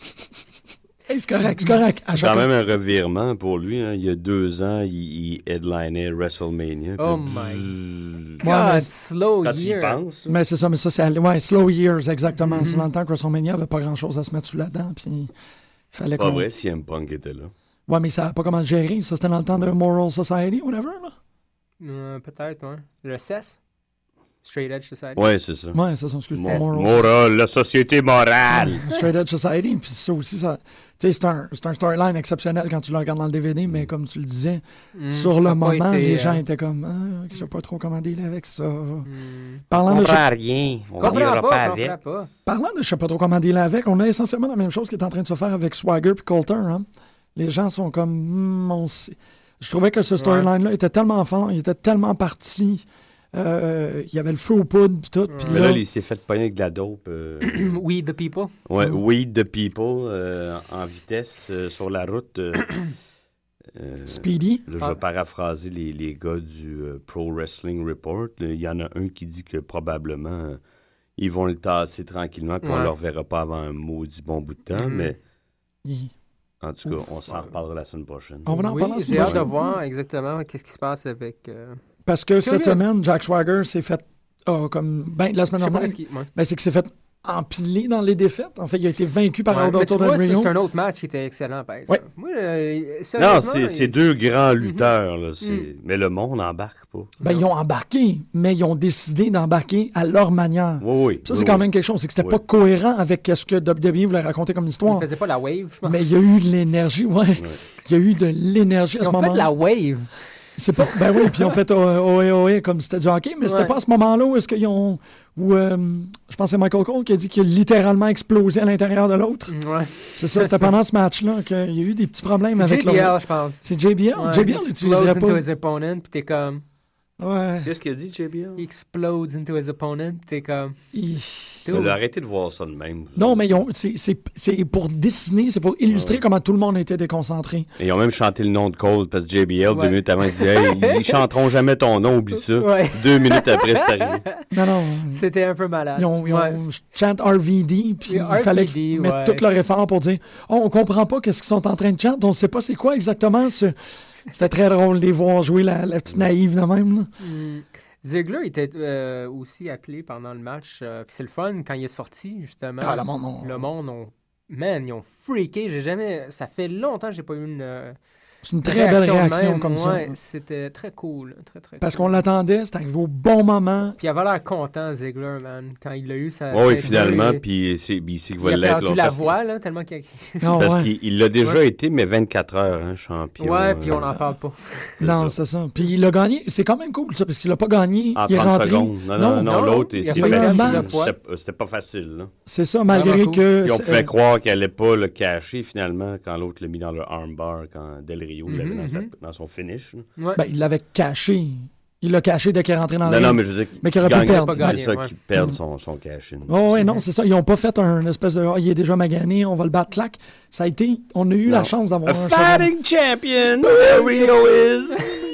Hey, c'est correct, c'est correct. À
C'est
chacun-
quand même un revirement pour lui. Hein. Il y a deux ans, il, il headlinait WrestleMania.
Oh
puis-
my
Ouais, mais-
God, slow
Quand tu y
year.
penses.
Mais c'est ça, mais ça, c'est allé- ouais, slow years, exactement.
Mhm.
C'est dans le temps que WrestleMania avait pas grand-chose à se mettre sous la dent, puis il fallait
Pas
qu'on...
vrai, C M Punk était là.
Ouais, mais ça n'a pas comment le gérer. Ça, c'était dans le temps de Moral Society, whatever, là.
Euh, Peut-être, ouais. Le C E S? Straight Edge Society.
Ouais, c'est ça.
Ouais, c'est son excuse.
Mo-
Moral.
Moral, la société morale.
Straight Edge Society, puis ça aussi, ça... Tu sais, c'est un, c'est un storyline exceptionnel quand tu le regardes dans le D V D, mais comme tu le disais,
Mm,
sur
ça
le
a pas
moment,
été,
les
euh,
gens étaient comme ah, « Je sais pas trop comment dealer avec ça.
mm. »
Parlant
On
de, je,
comprend rien. On
Comprends
n'ira
pas,
pas avec.
comprends pas.
parlant de je sais pas trop comment dealer avec, on a essentiellement la même chose qui est en train de se faire avec Swagger puis Coulter. Hein? Les gens sont comme hmm, on sait. Je trouvais que ce storyline-là était tellement fort, il était tellement parti. Euh, il y avait le feu aux poudres puis tout. Puis
Mais
là,
là, il s'est fait pogner avec de la dope. euh,
We the people.
ouais,
Mm.
Weed the People euh, en vitesse euh, sur la route. euh, euh,
Speedy.
Là, je
Ah.
vais paraphraser les, les gars du euh, Pro Wrestling Report. Là, il y en a un qui dit que probablement euh, ils vont le tasser tranquillement puis on
Ouais.
ne le reverra pas avant un maudit bon bout de temps.
Mhm.
Mais
Il-
en tout cas, on s'en reparlera la semaine prochaine.
On va en
Oui,
parler la
j'ai
semaine
hâte de
prochaine.
voir exactement qu'est-ce qui se passe avec... Euh...
Parce que cette
Curieux.
semaine, Jack Swagger s'est fait. ah, comme, ben, la
Je
semaine
sais pas
dernière,
qu'est-ce qui... ouais.
ben, c'est qu'il s'est fait empiler dans les défaites. En fait, il a été vaincu par
Ouais, mais tu
Alberto
vois,
Del
ça,
Rio.
c'est un autre match qui était excellent, par exemple. Moi, euh,
Non,
sérieusement,
c'est c'est
il-
deux grands lutteurs. Là, c'est-
Mhm.
Mais le monde n'embarque pas.
Ben, ils ont embarqué, mais ils ont décidé d'embarquer à leur manière.
Oui, oui.
Ça,
oui,
c'est quand
oui.
même quelque chose. C'est que c'était
Oui.
pas cohérent avec ce que W W E voulait raconter comme
Il
histoire.
faisait pas la wave, je pense.
Mais il y a eu de l'énergie, ouais. Il y a eu de l'énergie à
Ils
ce
ont fait
moment-là.
la wave.
C'est pas. Ben oui, puis ils ont fait O A O A comme c'était du hockey, mais c'était
Ouais.
pas à ce moment-là où est-ce qu'ils ont. Où, euh, je pense que c'est Michael Cole qui a dit qu'il a littéralement explosé à l'intérieur de l'autre.
Ouais.
C'est ça, c'était pendant ce match-là qu'il y a eu des petits problèmes
C'est
avec
J B L,
l'autre.
je pense.
C'est J B L.
Ouais,
J B L
he
l'utiliserait
explodes into
pas.
his opponent, puis t'es comme...
Ouais.
Qu'est-ce qu'il a dit, J B L?
He explodes into his opponent, puis t'es comme...
Il-
Dude.
Ben, arrêtez de voir ça de même.
Non, mais ils ont- c'est c'est- c'est pour dessiner, c'est pour illustrer
Ouais.
comment tout le monde était déconcentré.
Et ils ont même chanté le nom de Cole parce que J B L,
Ouais.
deux minutes avant, il dit hey, ils chanteront jamais ton nom, oublie ça.
Ouais.
Deux minutes après, c'est arrivé.
Non, non.
C'était un peu malade.
Ils ont, ils ont
Ouais.
chant R V D, puis
Oui,
il fallait
R V D,
qu'ils mettent
ouais.
tout leur effort pour dire oh, on comprend pas qu'est-ce qu'ils sont en train de chanter, on sait pas c'est quoi exactement. ce- C'était très drôle de les voir jouer la, la petite naïve de même. là.
Hmm. Ziggler était euh, aussi appelé pendant le match. euh, puis c'est le fun quand il est sorti, justement.
Ah, le monde, on-
Le monde, ont... man, ils ont freaké. J'ai jamais... Ça fait longtemps que j'ai pas eu une... euh,
C'est une très belle
de
réaction
même.
comme ça.
Ouais, c'était très cool. Très, très
Parce
cool.
qu'on l'attendait, c'était arrivé au bon moment.
Puis il avait l'air content, Ziggler, man. Quand il a eu sa...
Oui,
sa-
finalement,
il-
puis c'est puis il sait qu'il
Il
va
a
l'être.
perdu
là,
la
parce
voix, là, tellement qu'il a...
Non,
Parce
ouais.
qu'il il l'a déjà
Ouais.
été, mais vingt-quatre heures, hein, champion.
Ouais, puis on
euh,
n'en parle pas.
c'est
Non,
ça.
c'est ça. Puis il a gagné. C'est quand même cool, ça, parce qu'il a pas gagné.
En
il est
trente
rentré.
secondes. Non,
Non,
non, non,
non,
l'autre,
il a
il s'est
fallu
battu.
un
fois.
C'était c'était pas facile. Là.
C'est ça, malgré
Vraiment cool.
que.
Puis on
c'est-
pouvait croire qu'elle allait pas le cacher, finalement, quand l'autre l'a mis dans le armbar, quand Del Rio l'avait
Mhm,
dans, sa-
mhm.
dans son finish. là.
Ouais.
Ben, il l'avait caché. Il l'a caché dès qu'il est rentré dans
Non,
le
non,
ring.
mais je veux dire,
Mais qu'il aurait pu
gagne-
perdre.
Pas gagné,
C'est ça,
ouais.
qu'il perde
Mhm.
son, son cash-in.
Oh, oui, non, c'est ça. Ils n'ont pas fait un espèce de. Ah, il est déjà magané, on va le battre, clac. Ça a été. On a eu la
Non.
chance d'avoir
A
un
fighting champion, Del Rio is.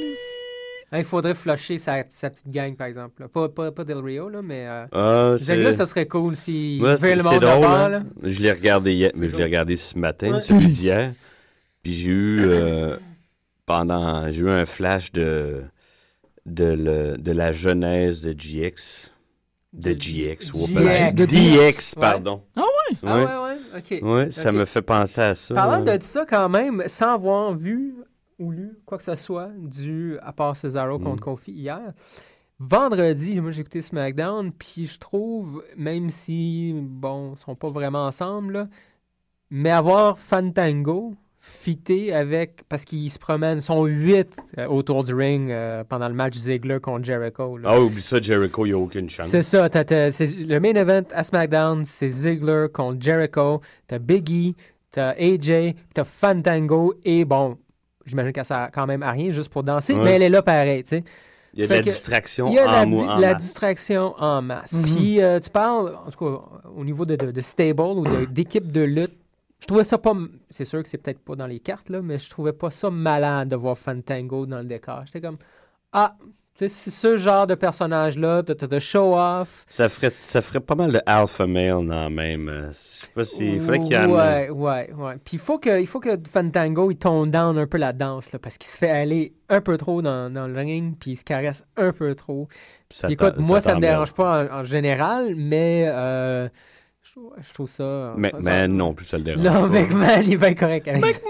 Hein, il faudrait flusher sa, sa petite gang, par exemple. là. Pas, pas, pas Del Rio, là, mais... Euh...
Ah,
Ziggler,
c'est
ça serait cool s'il
ouais,
fait
c'est-
le
c'est
monde
drôle.
là-bas,
hein.
là.
Je l'ai regardé hier, mais je l'ai
drôle.
regardé ce matin,
Ouais.
celui d'hier. Puis j'ai eu euh, pendant j'ai eu un flash de de, le- de la genèse de G X. De G X.
G X.
De D X, pardon.
Ah ouais?
Ah ouais, ouais, OK.
Ouais, ça
okay.
me fait penser à ça.
Parlant
ouais.
de ça, quand même, sans avoir vu ou lu quoi que ce soit, du, à part Cesaro mm. contre Kofi hier, vendredi, moi, j'ai écouté SmackDown, puis je trouve, même si, bon, ils sont pas vraiment ensemble, là, mais avoir Fandango fité avec, parce qu'ils se promènent, ils sont huit euh, autour du ring euh, pendant le match Ziggler contre Jericho. Là.
Ah, oublie ça, Jericho, il n'y a aucune chance.
C'est ça, t'as, t'as, c'est, le main event à SmackDown, c'est Ziggler contre Jericho, t'as Big E, t'as A J, t'as Fandango, et bon, j'imagine qu'elle sert quand même à rien, juste pour danser, ouais. mais elle est là pareil, tu sais.
Il y a de la distraction en,
il y a la,
mou- en
la
masse.
distraction en masse.
Mm-hmm.
Puis euh, tu parles, en tout cas, au niveau de, de, de stable ou de, d'équipe de lutte, je trouvais ça pas... C'est sûr que c'est peut-être pas dans les cartes, là, mais je trouvais pas ça malade de voir Fandango dans le décor. J'étais comme, ah, tu sais, c'est ce genre de personnage-là, de, de, de show-off.
Ça ferait, ça ferait pas mal de alpha male dans même. Je sais pas si... Il faudrait qu'il y en
ait... Ouais, ouais, ouais. Puis il faut que, il faut que Fandango, il tone down un peu la danse, là, parce qu'il se fait aller un peu trop dans, dans le ring, puis il se caresse un peu trop. Puis écoute, ça moi, ça me dérange pas en, en général, mais... Euh, Je trouve ça...
Mais,
ça,
mais
ça...
non plus, ça le dérange
non,
pas.
McMahon, il est bien correct avec ça.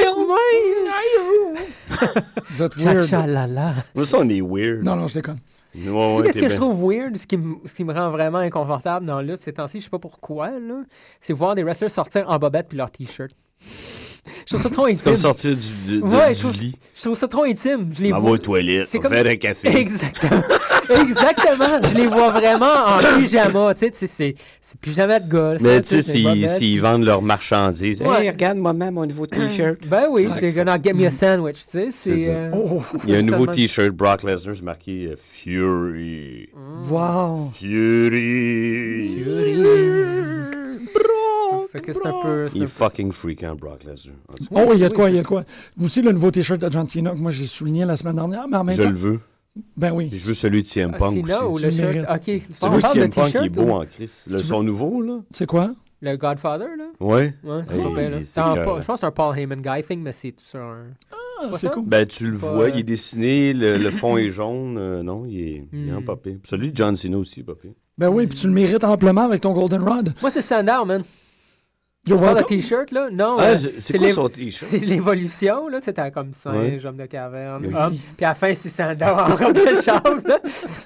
McMahon! Vous êtes weird.
Cha-cha-la-la.
Nous, ça, on est weird.
Non, non, je déconne.
Ouais,
tu
ouais,
sais qu'est-ce que
bien.
je trouve weird, ce qui, me, ce qui me rend vraiment inconfortable dans la lutte ces temps-ci, je sais pas pourquoi, là, c'est voir des wrestlers sortir en bobette puis leur t-shirt. Je trouve ça trop intime.
Comme sortir du, de,
ouais,
du
je trouve,
lit.
Je trouve ça trop intime. Je les
On
vois...
va aux toilettes,
c'est
on
comme...
va faire un café.
Exactement. Exactement. Je les vois vraiment en pyjama. Tu sais, c'est, c'est pyjama de gars.
Mais tu sais, s'ils, s'ils vendent leurs marchandises.
Ouais.
Hey, regarde moi-même mon nouveau t-shirt.
Ben oui, c'est gonna get me a sandwich. Tu sais, c'est.
c'est
euh...
Oh,
Il y a un nouveau t-shirt, Brock Lesnar, c'est marqué euh, Fury.
wow!
Fury.
Fury. Fait que c'est un peu. C'est
Il est
un peu...
fucking freakant, Brock Lesnar.
Oh oui, il y a de quoi, il y a de quoi. Aussi, le nouveau t-shirt de John Cena que moi j'ai souligné la semaine dernière, mais en même
Je
temps...
le veux.
Ben oui.
Je veux celui de C M Punk
Cena ou
aussi.
le
Tu
shirt.
mérites.
Ok.
Tu
On
veux
parle
C
de
M Punk, il est
t-shirt
beau
ou...
en Chris. Le,
Tu
son nouveau, là?
C'est quoi?
Le Godfather, là?
Ouais.
Ouais, c'est
Hey,
pas bien, là.
c'est
C'est un,
cœur.
pas- je pense que c'est un Paul Heyman guy thing, mais c'est sur un...
Ah,
pas
c'est
ça?
cool.
Ben, tu le
Pas,
vois,
euh,
il est dessiné, le, le fond est jaune. euh, non, il est, il est
Hmm.
en papé. Celui de John Cena aussi, papé.
Ben oui, puis tu le mérites amplement avec ton Goldenrod.
Moi, c'est Sandow, man.
You're
On parle de
welcome.
t-shirt, là? Non,
Ah,
euh,
c'est, c'est quoi
l'é-
son t-shirt?
c'est l'évolution, là. Tu sais, t'as comme singe,
Ouais.
homme de caverne,
Oui.
homme. Puis à la fin, c'est Sandow en robe de chambre, là.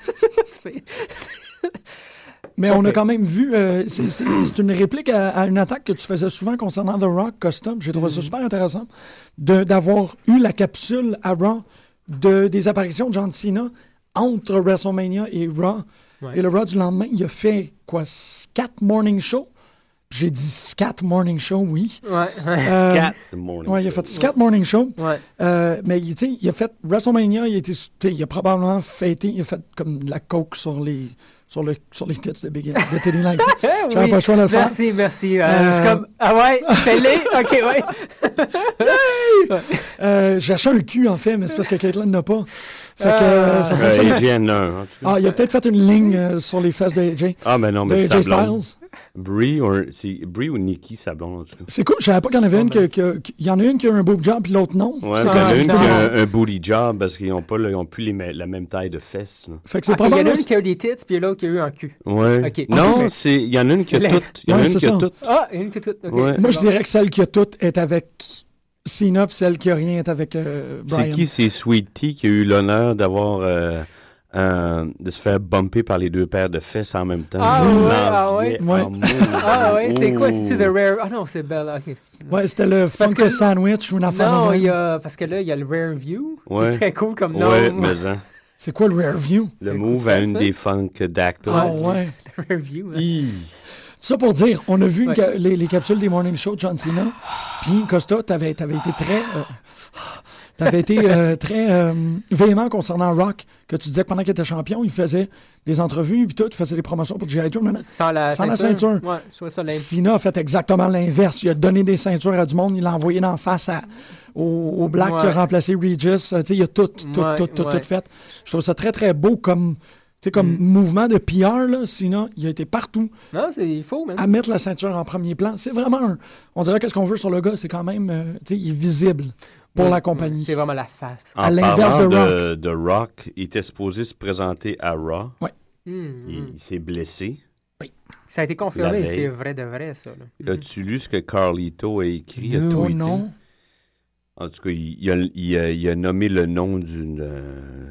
Mais on a quand même vu, euh, c'est, c'est, c'est une réplique à, à une attaque que tu faisais souvent concernant The Rock Custom. J'ai trouvé ça super intéressant de, d'avoir eu la capsule à Raw de, des apparitions de John Cena entre WrestleMania et Raw.
Ouais.
Et le Raw du lendemain, il a fait quoi, quatre morning shows? J'ai dit quatre morning shows, oui.
Ouais, ouais.
Euh,
Cat the morning
ouais, il a
show.
fait quatre morning shows.
Ouais.
Euh, mais tu sais, il a fait WrestleMania, il a, été, tu sais, il a probablement fêté, il a fait comme de la coke sur les, sur le, sur les têtes de Big de Teddy Lang. J'avais
Oui.
pas le choix de le faire.
Merci, merci. Euh,
Euh,
Je suis comme, ah ouais, fais-les. OK, ouais.
Euh, j'ai acheté un cul, en fait, mais c'est parce que Caitlyn n'a pas. Fait que,
Ah.
euh, ça
Euh,
fonctionne.
A J en a un, en tout cas.
Ah, il a peut-être fait une ligne euh, sur les fesses de A J.
Ah, mais non,
De
mais
A
sa
J
blonde.
Styles.
Brie, ou, c'est Brie ou Nikki, sa blonde, en tout cas.
C'est cool, je savais pas qu'il y en avait une que, que, que- il y en a une qui a un boob job puis l'autre non.
Ouais,
C'est
mais il y en
comme
a
ça.
une qui
Ah.
a un, un booty job parce qu'ils n'ont pas, le- ils ont plus les me- la même taille de fesses. Là.
Fait que c'est
OK, il y en a
probablement...
une qui a eu des tits, puis l'autre qui a eu un cul.
Ouais.
Ok.
Non,
Ok.
c'est il y en a une qui a
C'est
toutes. Il y en a
Ouais,
une
c'est
qui a
ça.
toutes.
Ah, une qui a tout. OK.
Ouais.
c'est
Moi, je
bon.
dirais que celle qui a tout est avec Cena, puis celle qui a rien est avec euh, Brian.
C'est qui, c'est Sweet Tea qui a eu l'honneur d'avoir euh, euh, de se faire bumper par les deux paires de fesses en même temps.
Ah
Je
ouais,
l'enviais
ah ouais.
Ouais.
en mou.
Ah ouais, c'est quoi? C'est-tu The
Oh.
Rare... Ah non, c'est Bella, OK.
Ouais, c'était le
C'est parce
Funko
que-
Sandwich ou une affaire de
Non,
même.
il y a... Parce que là, il y a le Rare View, qui
Ouais.
est très cool comme nom.
Ouais, mais hein,
C'est quoi le Rare View?
le
Un
move
coup de
à
fesse,
une
ouais.
des funk d'actors.
Ah
Ouais.
ouais.
Rare View, hein.
Hi.
Ça pour dire, on a vu
Ouais.
que les, les capsules des Morning Show de John Cena, puis Costa, t'avais, t'avais été très... euh, t'avais été euh, très euh, véhément concernant Rock, que tu disais que pendant qu'il était champion, il faisait des entrevues, puis tout, il faisait des promotions pour G I. Joe. nanana.
Sans la
Sans la
ceinture.
ceinture.
Ouais, je trouvais ça lame.
Cena a fait exactement l'inverse. Il a donné des ceintures à du monde, il l'a envoyé d'en face à, au, au Black qui a
Ouais.
remplacé Regis. Euh, tu sais, il a tout, tout,
Ouais,
tout, tout,
ouais.
tout fait. Je trouve ça très, très beau comme, tu sais, comme
Mm.
mouvement de P R. Là. Cena, il a été partout
Non, c'est faux, man.
à mettre la ceinture en premier plan. C'est vraiment un... On dirait qu'est-ce qu'on veut sur le gars, c'est quand même... euh, tu sais, il est visible pour
Ouais,
la compagnie.
C'est vraiment la face.
À
En
l'inverse
parlant
de
de, de Rock, il était supposé se présenter à Raw.
Ouais.
Mm-hmm.
Il, il s'est blessé.
Oui.
Ça a été confirmé, c'est vrai de vrai, ça. Là.
As-tu lu ce que Carlito a écrit? Il a
non,
tweeté?
non.
En tout cas, il, il, a, il, a, il a nommé le nom d'une... Euh,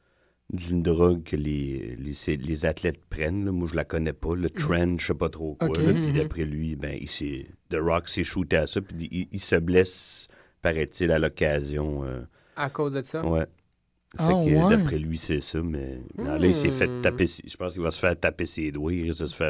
d'une drogue que les, les, les athlètes prennent. Là. Moi, je la connais pas. Le trend, je sais pas trop quoi.
Okay.
Là. Puis d'après lui, ben, il s'est, The Rock s'est shooté à ça. Puis il, il se blesse, paraît-il, à l'occasion. Euh...
À cause de ça?
Ouais. Fait
ah,
que
ouais.
d'après lui, c'est ça. Mais mm. là, il s'est fait taper. Je pense qu'il va se faire taper ses doigts. Il risque de se faire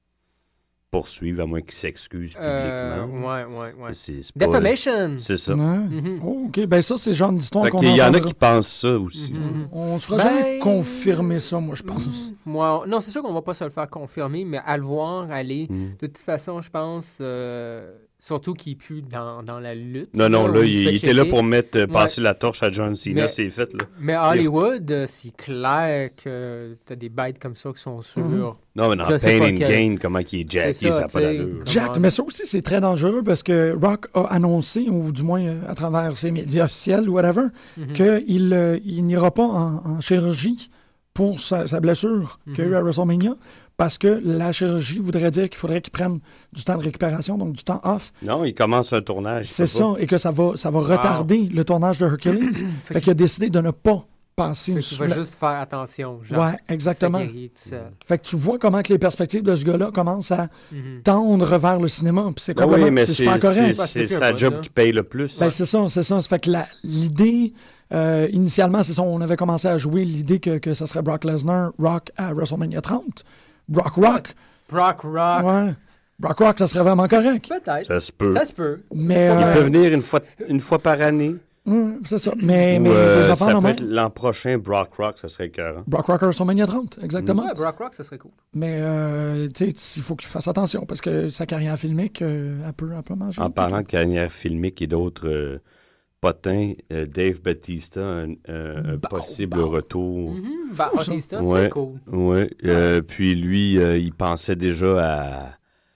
poursuivre, à moins qu'il s'excuse publiquement.
Euh, ouais, ouais, ouais.
C'est, c'est pas...
Defamation!
C'est ça.
Ouais.
Mm-hmm.
Oh, OK, ben ça, c'est le genre d'histoire qu'on
Il y en a
entendra.
qui pensent ça aussi.
Mm-hmm.
On se fera
Ben...
jamais confirmer ça, moi, je pense.
Mm-hmm. Moi, non, c'est sûr qu'on va pas se le faire confirmer, mais à le voir aller,
Mm.
de toute façon, je pense, euh, surtout qu'il est plus dans, dans la lutte.
Non, non, là,
où
il,
se fait
il était là
checker.
pour mettre, euh,
Ouais.
passer la torche à John Cena,
Mais-
c'est fait, là.
Mais Hollywood, euh, c'est clair que t'as des bêtes comme ça qui sont sur...
Mm-hmm.
Non, mais dans
Je sais
Pain
pas
and
quel-
Gain, comment il est jacké,
C'est ça,
ça n'a pas
tu sais,
d'allure.
comme-
Jack, mais ça aussi, c'est très dangereux parce que Rock a annoncé, ou du moins euh, à travers ses médias officiels ou whatever,
Mhm.
qu'il euh, il n'ira pas en, en chirurgie pour sa, sa blessure qu'il a eu à WrestleMania parce que la chirurgie voudrait dire qu'il faudrait qu'il prenne du temps de récupération, donc du temps off.
Non, il commence un tournage.
C'est ça, et que ça va, ça va retarder le tournage de Hercules. fait
Fait
qu'il a décidé de ne pas passer
Fait
sous
qu'il va
la-
juste faire attention. Genre,
Ouais, exactement.
se guérir tout seul.
Fait que tu vois comment que les perspectives de ce gars-là commencent à
Mhm.
tendre vers le cinéma. Puis c'est
Ah oui,
complètement-
mais
c'est
c'est,
super correct.
c'est,
Parce que
c'est
c'est
sa
un
job
bon,
qui paye le plus.
Ben, c'est ça, c'est ça. Ça fait que la- l'idée, euh, initialement, c'est ça, on avait commencé à jouer l'idée que, que ça serait Brock Lesnar, Rock à WrestleMania trente. Brock Rock.
Brock Rock.
Ouais. Brock Rock, ça serait vraiment correct.
Peut-être.
Ça se peut.
Ça se peut.
Mais,
Il
euh,
peut venir une fois, une fois par année.
hum, c'est ça. Mais,
Ou,
mais
euh,
des affaires
ça
de
peut
même.
être l'an prochain, Brock Rock, ça serait écœurant.
Brock Rock à WrestleMania trente, exactement.
Ouais, Brock Rock, ça serait cool.
Mais, euh, tu sais, il faut qu'il fasse attention parce que sa carrière filmique, euh, elle, peut, elle peut manger.
En parlant de carrière filmique et d'autres euh, potins, euh, Dave Bautista, un, un- un
Bah,
possible
bah.
retour.
Mhm. Bah,
Fou, ça.
Batista,
Ouais.
c'est cool.
Oui, euh, puis lui, euh, il pensait déjà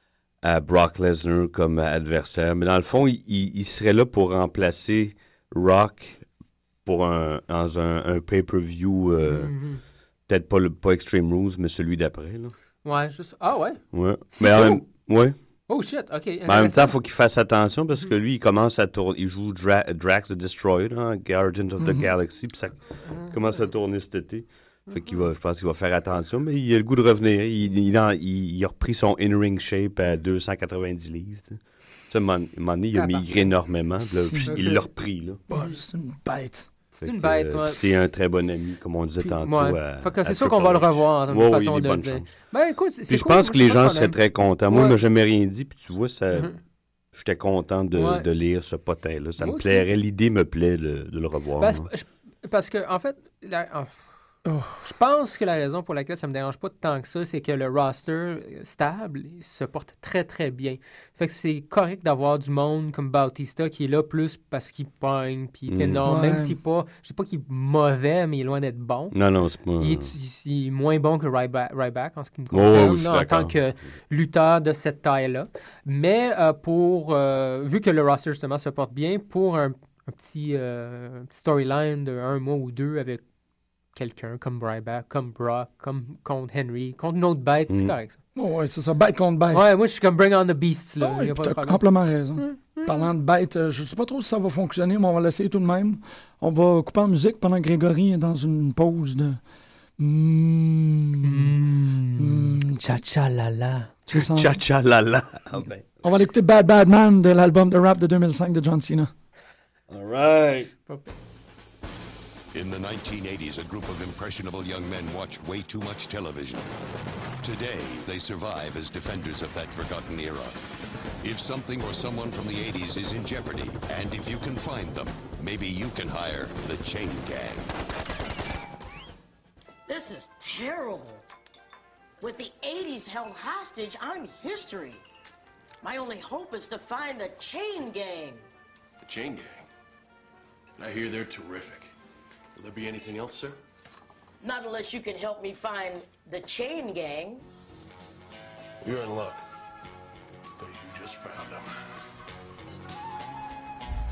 à, à Brock Lesnar comme adversaire. Mais dans le fond, il, il- il serait là pour remplacer Rock pour un, dans un, un pay-per-view, euh,
Mhm.
peut-être pas, le, pas Extreme Rules, mais celui d'après. Là.
Ouais, juste... Ah ouais?
Ouais.
C'est
Mais en
cool.
même, ouais.
Oh shit, OK.
Mais en même temps, il faut qu'il fasse attention parce que lui, il commence à tourner. Il joue Dra- Drax the Destroyer, hein, Guardians of the Galaxy, puis ça commence à tourner cet été. Fait qu'il va, je pense qu'il va faire attention, mais il a le goût de revenir. Il, il, en- il- il a repris son in-ring shape à deux cent quatre-vingt-dix livres. Tu sais. Ça, à un moment un moment donné, il a
Tabarnak.
migré énormément. puis là,
Si.
il l'a repris. Là.
Bah, c'est une bête.
C'est
Fait
une
que,
bête,
euh,
ouais.
C'est un très bon ami, comme on disait
Puis,
tantôt.
ouais.
à-
Fait que c'est
à
sûr qu'on va le
Triple H.
revoir d'une
Ouais, oui,
façon
il y a
de
des
le
bonnes
dire.
chances.
Ben écoute, c'est
Puis je
cool,
pense
moi,
que les
pas de
gens
problème.
seraient très contents. Moi,
Ouais.
il m'a jamais rien dit, puis tu vois, ça,
Mhm.
j'étais content de,
Ouais.
de lire ce potin-là. Ça
Moi
me
aussi.
plairait, l'idée me plaît de, de le revoir.
Ben,
là.
c'est- je- parce que, en fait, la- oh.
Oh.
je pense que la raison pour laquelle ça me dérange pas tant que ça, c'est que le roster euh, stable il se porte très, très bien. Fait que c'est correct d'avoir du monde comme Bautista qui est là plus parce qu'il pogne, puis il est
Mm.
énorme,
Ouais.
même s'il pas, je sais pas qu'il est mauvais, mais il est loin d'être bon.
Non, non, c'est pas...
Il est, il- il est moins bon que Ryback, Ryback en ce qui me
Oh,
concerne,
je suis
là, en tant
d'accord.
que lutteur de cette taille-là. Mais euh, pour, euh, vu que le roster justement se porte bien, pour un, un petit, euh, un petit storyline de un mois ou deux avec quelqu'un comme Ryback, comme Brock, comme contre Henry, contre une autre bête, c'est
Mm.
correct ça.
Oh, ouais, c'est ça, bête contre bête.
Ouais, moi je suis comme Bring on the Beasts là.
Ah,
y a pas de
t'as
problème.
amplement raison. Parlant de bête, euh, je sais pas trop si ça va fonctionner, mais on va l'essayer tout de même. On va couper en musique pendant que Grégory est dans une pause de... Mm.
Mm. Cha-cha la la.
Tu sens-
Cha-cha la la. Ah ben.
On va aller écouter Bad Bad Man de l'album de rap de deux mille cinq de John Cena.
All right.
In the nineteen eighties, a group of impressionable young men watched way too much television. Today, they survive as defenders of that forgotten era. If something or someone from the eighties is in jeopardy, and if you can find them, maybe you can hire the Chain Gang.
This is terrible. With the eighties held hostage, I'm history. My only hope is to find the Chain Gang.
The Chain Gang? I hear they're terrific. Will there be anything else, sir?
Not unless you can help me find the Chain Gang.
You're in luck. But you just found them.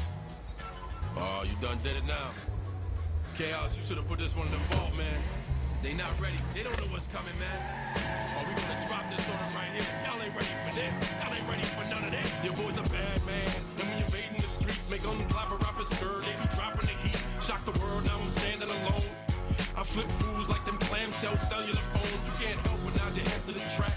Oh, you done did it now. Chaos, you should have put this one in the vault, man. They not ready. They don't know what's coming, man. Are we gonna drop this on them right here? Y'all ain't ready for this. Y'all ain't ready for none of this. Your boy's a bad man. And we invading the streets. Make them clap a rapper skirt. They be dropping the heat. Shock the world, now I'm standing alone. I flip fools like them clamshell cellular phones. You can't help but nod your head to the track.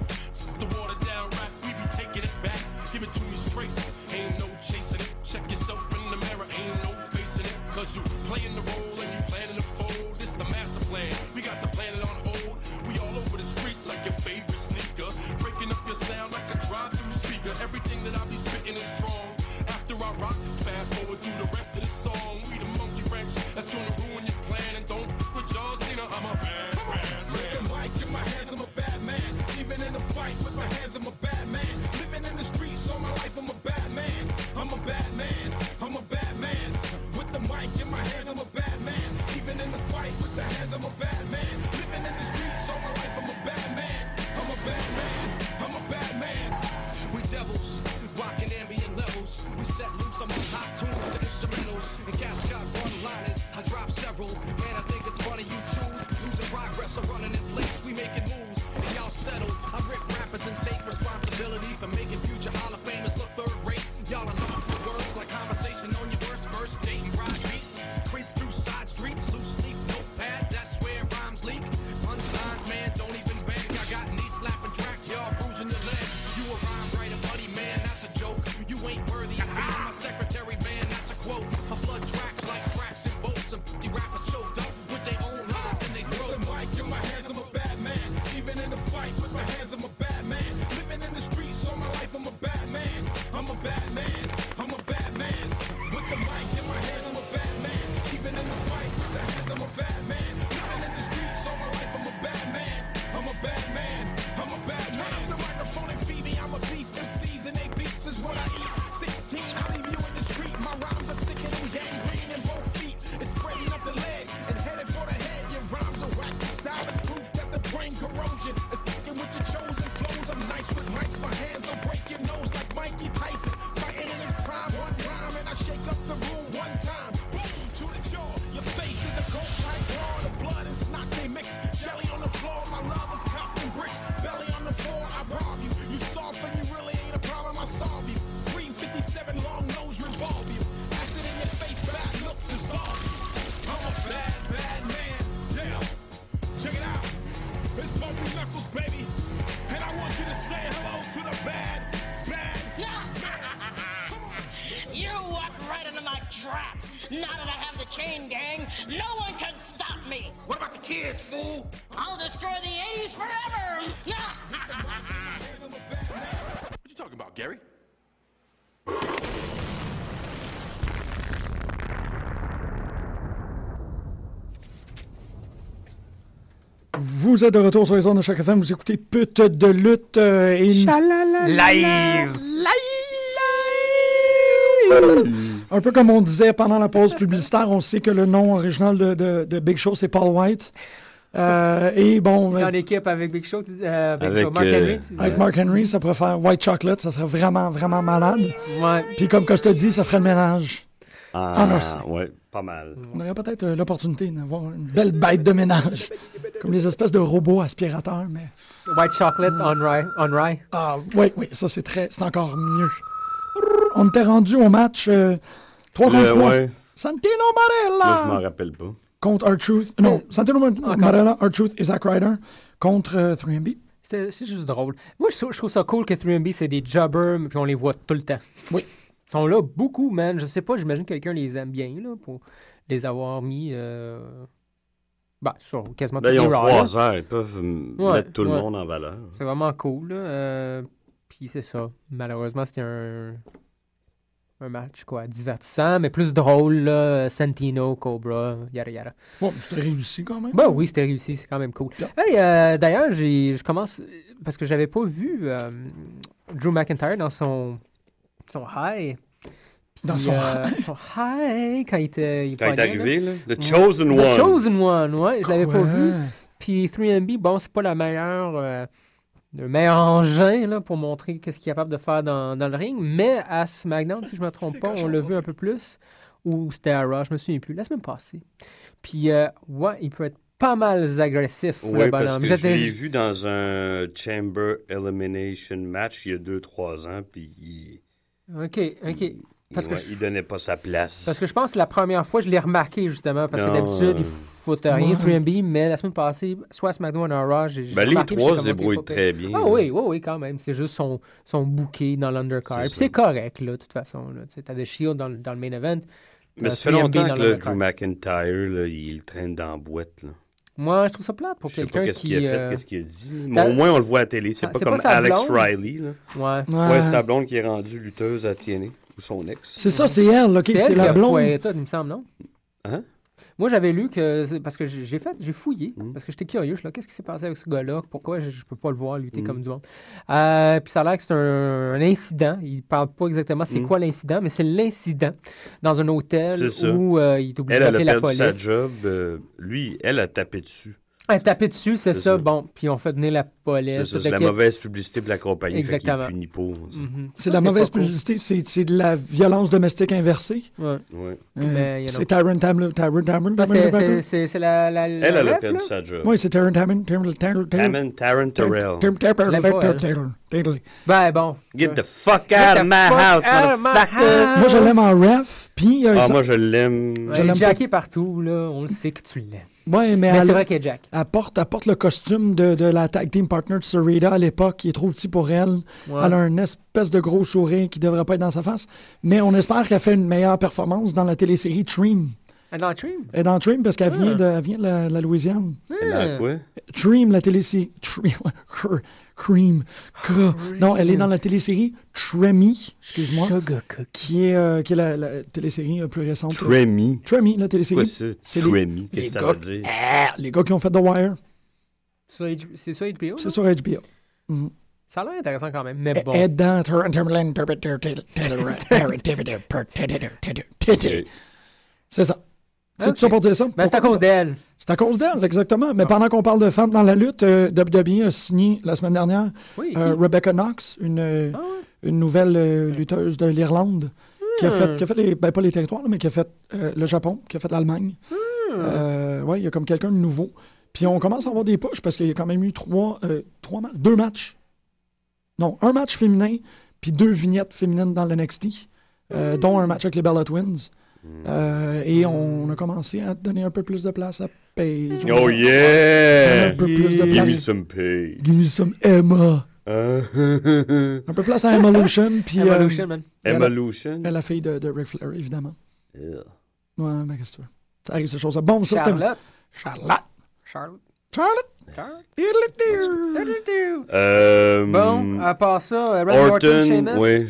The water down rap, we be taking it back. Give it to me straight. Ain't no chasing it. Check yourself in the mirror. Ain't no facing it. Cause you playing the role and you planning to fold. This the master plan. We got the planet on hold. We all over the streets like your favorite sneaker. Breaking up your sound like a drive-through speaker. Everything that I be spitting is strong. After I rock, fast forward through the rest of the song. We the monkey wrench that's gonna ruin your plan. And don't f*** with John Cena, I'm a bad, bad man.
With the mic in my hands, I'm a bad man. Even in a fight with my hands, I'm a bad man. Living in the streets all my life, I'm a bad man. I'm a bad man. I'm a bad man. With the mic in my hands, I'm a bad man. Even in the fight with the hands, I'm a bad man. Living in the streets all my life, I'm a bad man. I'm a bad man. I'm a bad man.
We devils, rocking ambient levels. We set loose among hot tunes to instrumentals and Cascade one-liners. I drop several, and I think it's funny you choose. Losing progress or running in place, we making moves, and y'all settle. I rip rappers and take responsibility for making future Hall of Famers look third rate. Y'all are lost for words like conversation on your worst verse, dating ride beats. Creep through side streets, loose leaf notepads, that's where rhymes leak. Punchlines, man, don't even beg. I got knee slapping tracks, y'all bruising your leg. You a rhyme writer, buddy, man, that's a joke. You ain't worthy of being my secretary, man, that's a quote. I flood tracks like cracks and boats. Some p***y rappers choked up with their own lines in their throat.
With the mic in my hands, I'm a bad man. Even in a fight with my hands, I'm a bad man. Living in the streets all my life, I'm a bad man. I'm a bad man. I'm a bad man. With the mic in my hands, I'm a bad man. Even in the fight with the hands, I'm a bad man. Living in the streets all my life, I'm a bad man. I'm a bad man. I'm a bad man. Turn up the microphone and feed me, I'm a beast. M Cs and they beats is what I eat. sixteen, I leave you in the street. My rhymes are sicker than gangrene in both feet. It's spreading up the leg and headed for the head. Your rhymes are whack. Style is proof that the brain corrosion is fucking with your chosen flows. I'm nice with mics. My hands will break your nose like Mikey Tyson. Fighting in his prime, one rhyme and I shake up the room one time. Boom to the jaw. Your face is a cold type raw. The blood and snot they mix. Shelly on the floor. My love is Compton bricks. Belly on the floor. I rob you. You soft and you really ain't a problem. I solve you. three fifty-seven long nose revolve you. Acid in your face. Bad look dissolve you. I'm a bad, bad man. Yeah. Check it out. It's Bumpy Knuckles, baby. And I want you to say hello to the bad, bad.
You walked right into my trap. Now that I have the chain gang, no one can stop me.
What about the kids, fool?
I'll destroy the eighties forever.
What you talking about, Gary?
Vous êtes de retour sur les ondes de Choc F M. Vous écoutez Pute de lutte euh, et...
Live!
Un peu comme on disait pendant la pause publicitaire, on sait que le nom original de, de, de Big Show, c'est Paul White. Euh, et bon...
Dans l'équipe avec Big Show, euh, Big
avec,
Show, Mark
euh,
Henry. Tu
Avec Mark Henry, ça pourrait faire White Chocolate, ça serait vraiment, vraiment malade.
Ouais.
Puis comme Costa dit, ça ferait le ménage.
Ah,
Ah, merci.
ouais, pas mal.
On aurait peut-être euh, l'opportunité d'avoir une belle bête de ménage. Comme les espèces de robots aspirateurs, mais...
White Chocolate on rye. On rye.
Ah, oui, oui, ça c'est très... C'est encore mieux. On était rendu au match euh, trois contre
Le-
trois.
ouais.
Santino
Là, je m'en
Marella
rappelle pas.
contre R-Truth. Non, Santino Mar- Marella, R-Truth et Zack Ryder contre euh, trois M B.
C'est, c'est juste drôle. Moi, je, trouve- je trouve ça cool que trois M B, c'est des jobbers, puis on les voit tout le temps.
Oui.
Ils sont là beaucoup, man. Je sais pas, j'imagine que quelqu'un les aime bien, là, pour les avoir mis... Euh... Ben, sur quasiment
Là,
tous
ils
les
ont
Raw,
trois
là.
heures. Ils peuvent m-
Ouais,
mettre tout le
ouais.
monde en valeur.
C'est vraiment cool, là. Euh, Puis c'est ça. Malheureusement, c'était un... un match, quoi, divertissant, mais plus drôle, là. Santino, Cobra, yada yada.
Bon, c'était réussi quand même.
Ben oui, c'était réussi, c'est quand même cool. Hey, euh, d'ailleurs, j'ai, je commence, parce que j'avais pas vu euh, Drew McIntyre dans son, son high.
Dans
Puis,
son
euh,
high?
son high, quand il était, il
Quand il est
pognait,
arrivé, là, The
Ouais.
Chosen
The
One.
Chosen One, ouais, je l'avais pas
Ouais.
vu. Puis trois M B, bon, c'est pas la meilleure, euh, le meilleur engin là, pour montrer qu'est-ce qu'il est capable de faire dans, dans le ring, mais à SmackDown, si je me trompe pas, on l'a vu un peu plus, ou c'était à Raw, je me souviens plus, la semaine passée. Puis, euh, ouais, il peut être pas mal agressif,
Oui,
le
parce
bonhomme.
que je
J'étais-
l'ai vu dans un Chamber Elimination match il y a deux trois ans, puis il...
OK, OK. Parce
ouais,
que je-
il donnait pas sa place.
Parce que je pense que c'est la première fois que je l'ai remarqué, justement, parce
Non,
que d'habitude,
euh,
il foutent rien,
ouais.
trois M B, mais la semaine passée, soit à SmackDown ou à Raw, j'ai j'ai
Ben, les
remarqué, puis
trois
j'étais
se
comme, OK,
débrouillent
pas pire.
très bien.
Ah
là.
oui, oui, oui, quand même. C'est juste son, son bouquet dans l'undercard.
C'est
Puis
ça.
c'est correct, là, de toute façon. Là. Tu sais, t'as The Shield dans, le- dans le main event.
Mais
t'as
ça fait
trois M B
longtemps
dans
que là,
l'undercard.
Drew McIntyre, là, il traîne dans la boîte. Là.
Moi, je trouve ça plate pour
Je sais pas
quelqu'un
qu'est-ce
qui...
qu'il a fait,
euh,
qu'est-ce qu'il a dit. Mais
t'as-
au moins, on le voit à la télé. C'est
Ah,
pas
c'est
comme
pas sa
Alex
blonde?
Riley. Là.
Ouais.
Ouais.
Ouais, sa blonde qui est rendue lutteuse à T N A. Ou son ex.
C'est ça, c'est elle, OK,
C'est elle
c'est
qui
la
a
blonde.
fouetté, il me semble, non?
Hein?
Moi, j'avais lu que... c'est- Parce que j'ai j'ai fait... J'ai fouillé.
Mm.
Parce que j'étais curieux. Je suis là, qu'est-ce qui s'est passé avec ce gars-là? Pourquoi je, je peux pas le voir lutter
Mm.
comme du monde? Euh, puis ça a l'air que c'est un, un incident. Il parle pas exactement c'est
Mm.
quoi l'incident, mais c'est l'incident dans un hôtel
C'est ça.
où euh, il est obligé
Elle, elle a
d'appeler la
perdu
police.
sa job. euh, lui, elle a tapé dessus.
Elle tapé dessus, c'est
C'est
ça.
ça.
Bon, puis on fait venir la police.
C'est ça,
toute
c'est la
kit.
mauvaise publicité pour la compagnie.
Exactement.
Fait qu'il est puni pour. ça.
Mhm.
C'est
Ça,
de la mauvaise
pas cool.
publicité, c'est c'est de la violence domestique inversée.
Ouais.
Ouais.
Euh,
Mais, you know.
c'est Tyron Tamlin. Tyron Tamlin.
Ah, c'est- c'est- c'est c'est la, la,
Elle,
la
elle a
ref,
perdu
là?
sa job.
Oui, c'est Tyron Tamlin. Tyron Taylor.
Taman Taron Terrell.
Je l'aime pas, elle. Ben bon.
Get
Euh,
the fuck
Get
out
the
of my
fuck
house,
out of my
motherfucker!
house.
Moi, je l'aime en ref. Puis, euh,
Ah,
ça-
moi, je l'aime.
Ouais,
Je l'aime
Jackie partout, là. On le sait que tu l'aimes.
ouais, mais,
Mais
elle,
c'est vrai qu'elle est Jack.
elle porte, elle porte le costume de, de la tag team partner de Sarita à l'époque, qui est trop petit pour elle.
Ouais.
Elle a un espèce de gros sourire qui devrait pas être dans sa face. Mais on espère qu'elle fait une meilleure performance dans la télésérie Dream.
Elle est dans le stream.
Elle est dans Dream parce qu'elle
Ah.
vient, de, elle vient de la, la Louisiane.
Elle a quoi?
Dream, la télésérie. Dream. Cream. Cra- Non, elle est dans la télésérie Tremmy, excuse-moi,
Sugar Cookie.
qui est, euh, qui est la, la télésérie euh, plus récente.
Tremmy.
Tremmy, la
C'est quoi
télésérie.
ça?
C'est les-
Tremmy.
les
Qu'est-ce que ça
gars-
veut dire?
Ah, les gars qui ont fait The Wire,
Sur H- C'est sur H B O?
c'est
là?
sur H B O. Mhm.
Ça a l'air intéressant quand même, mais
Et-
bon.
et dans Tur- Timberland, Tur- Tur- Tur- Tur- Tur- Tur- Tur- Tur- C'est ça. C'est
Ok.
tout ça pour dire ça?
Ben, c'est à cause d'elle.
C'est à cause d'elle, exactement. Mais pendant qu'on parle de femmes dans la lutte, euh, W W E a signé la semaine dernière
Oui,
euh,
qui?
Rebecca Knox, une, euh,
Ah ouais?
une nouvelle euh, lutteuse de l'Irlande, qui a
Hmm.
fait, qui a fait les, ben, pas les territoires, là, mais qui a fait euh, le Japon, qui a fait l'Allemagne.
Hmm.
Euh, ouais, il y a comme quelqu'un de nouveau. Puis on commence à avoir des pushs parce qu'il y a quand même eu trois, euh, trois ma- deux matchs. Non, un match féminin, puis deux vignettes féminines dans l'N X T, euh, dont un match avec les Bella Twins. Euh, et on a commencé à donner un peu plus de place à Paige.
Oh
On a
yeah!
un peu plus de
Give me
place.
some pay.
Give me some Emma.
Hein?
Un peu place à Evolution, puis euh,
Evolution, man.
Evolution?
elle, la fille de, de Ric Flair, évidemment.
Yeah.
Ouais, mais qu'est-ce que tu veux? Ça arrive, ces choses-là. Bon, ça, c'était...
Charlotte.
Charlotte.
Charlotte.
Charlotte.
Charlotte.
Diddle-dee-doo.
Euh,
Bon, à part ça, euh, Randy Orton,
Orton,
Sheamus.
oui.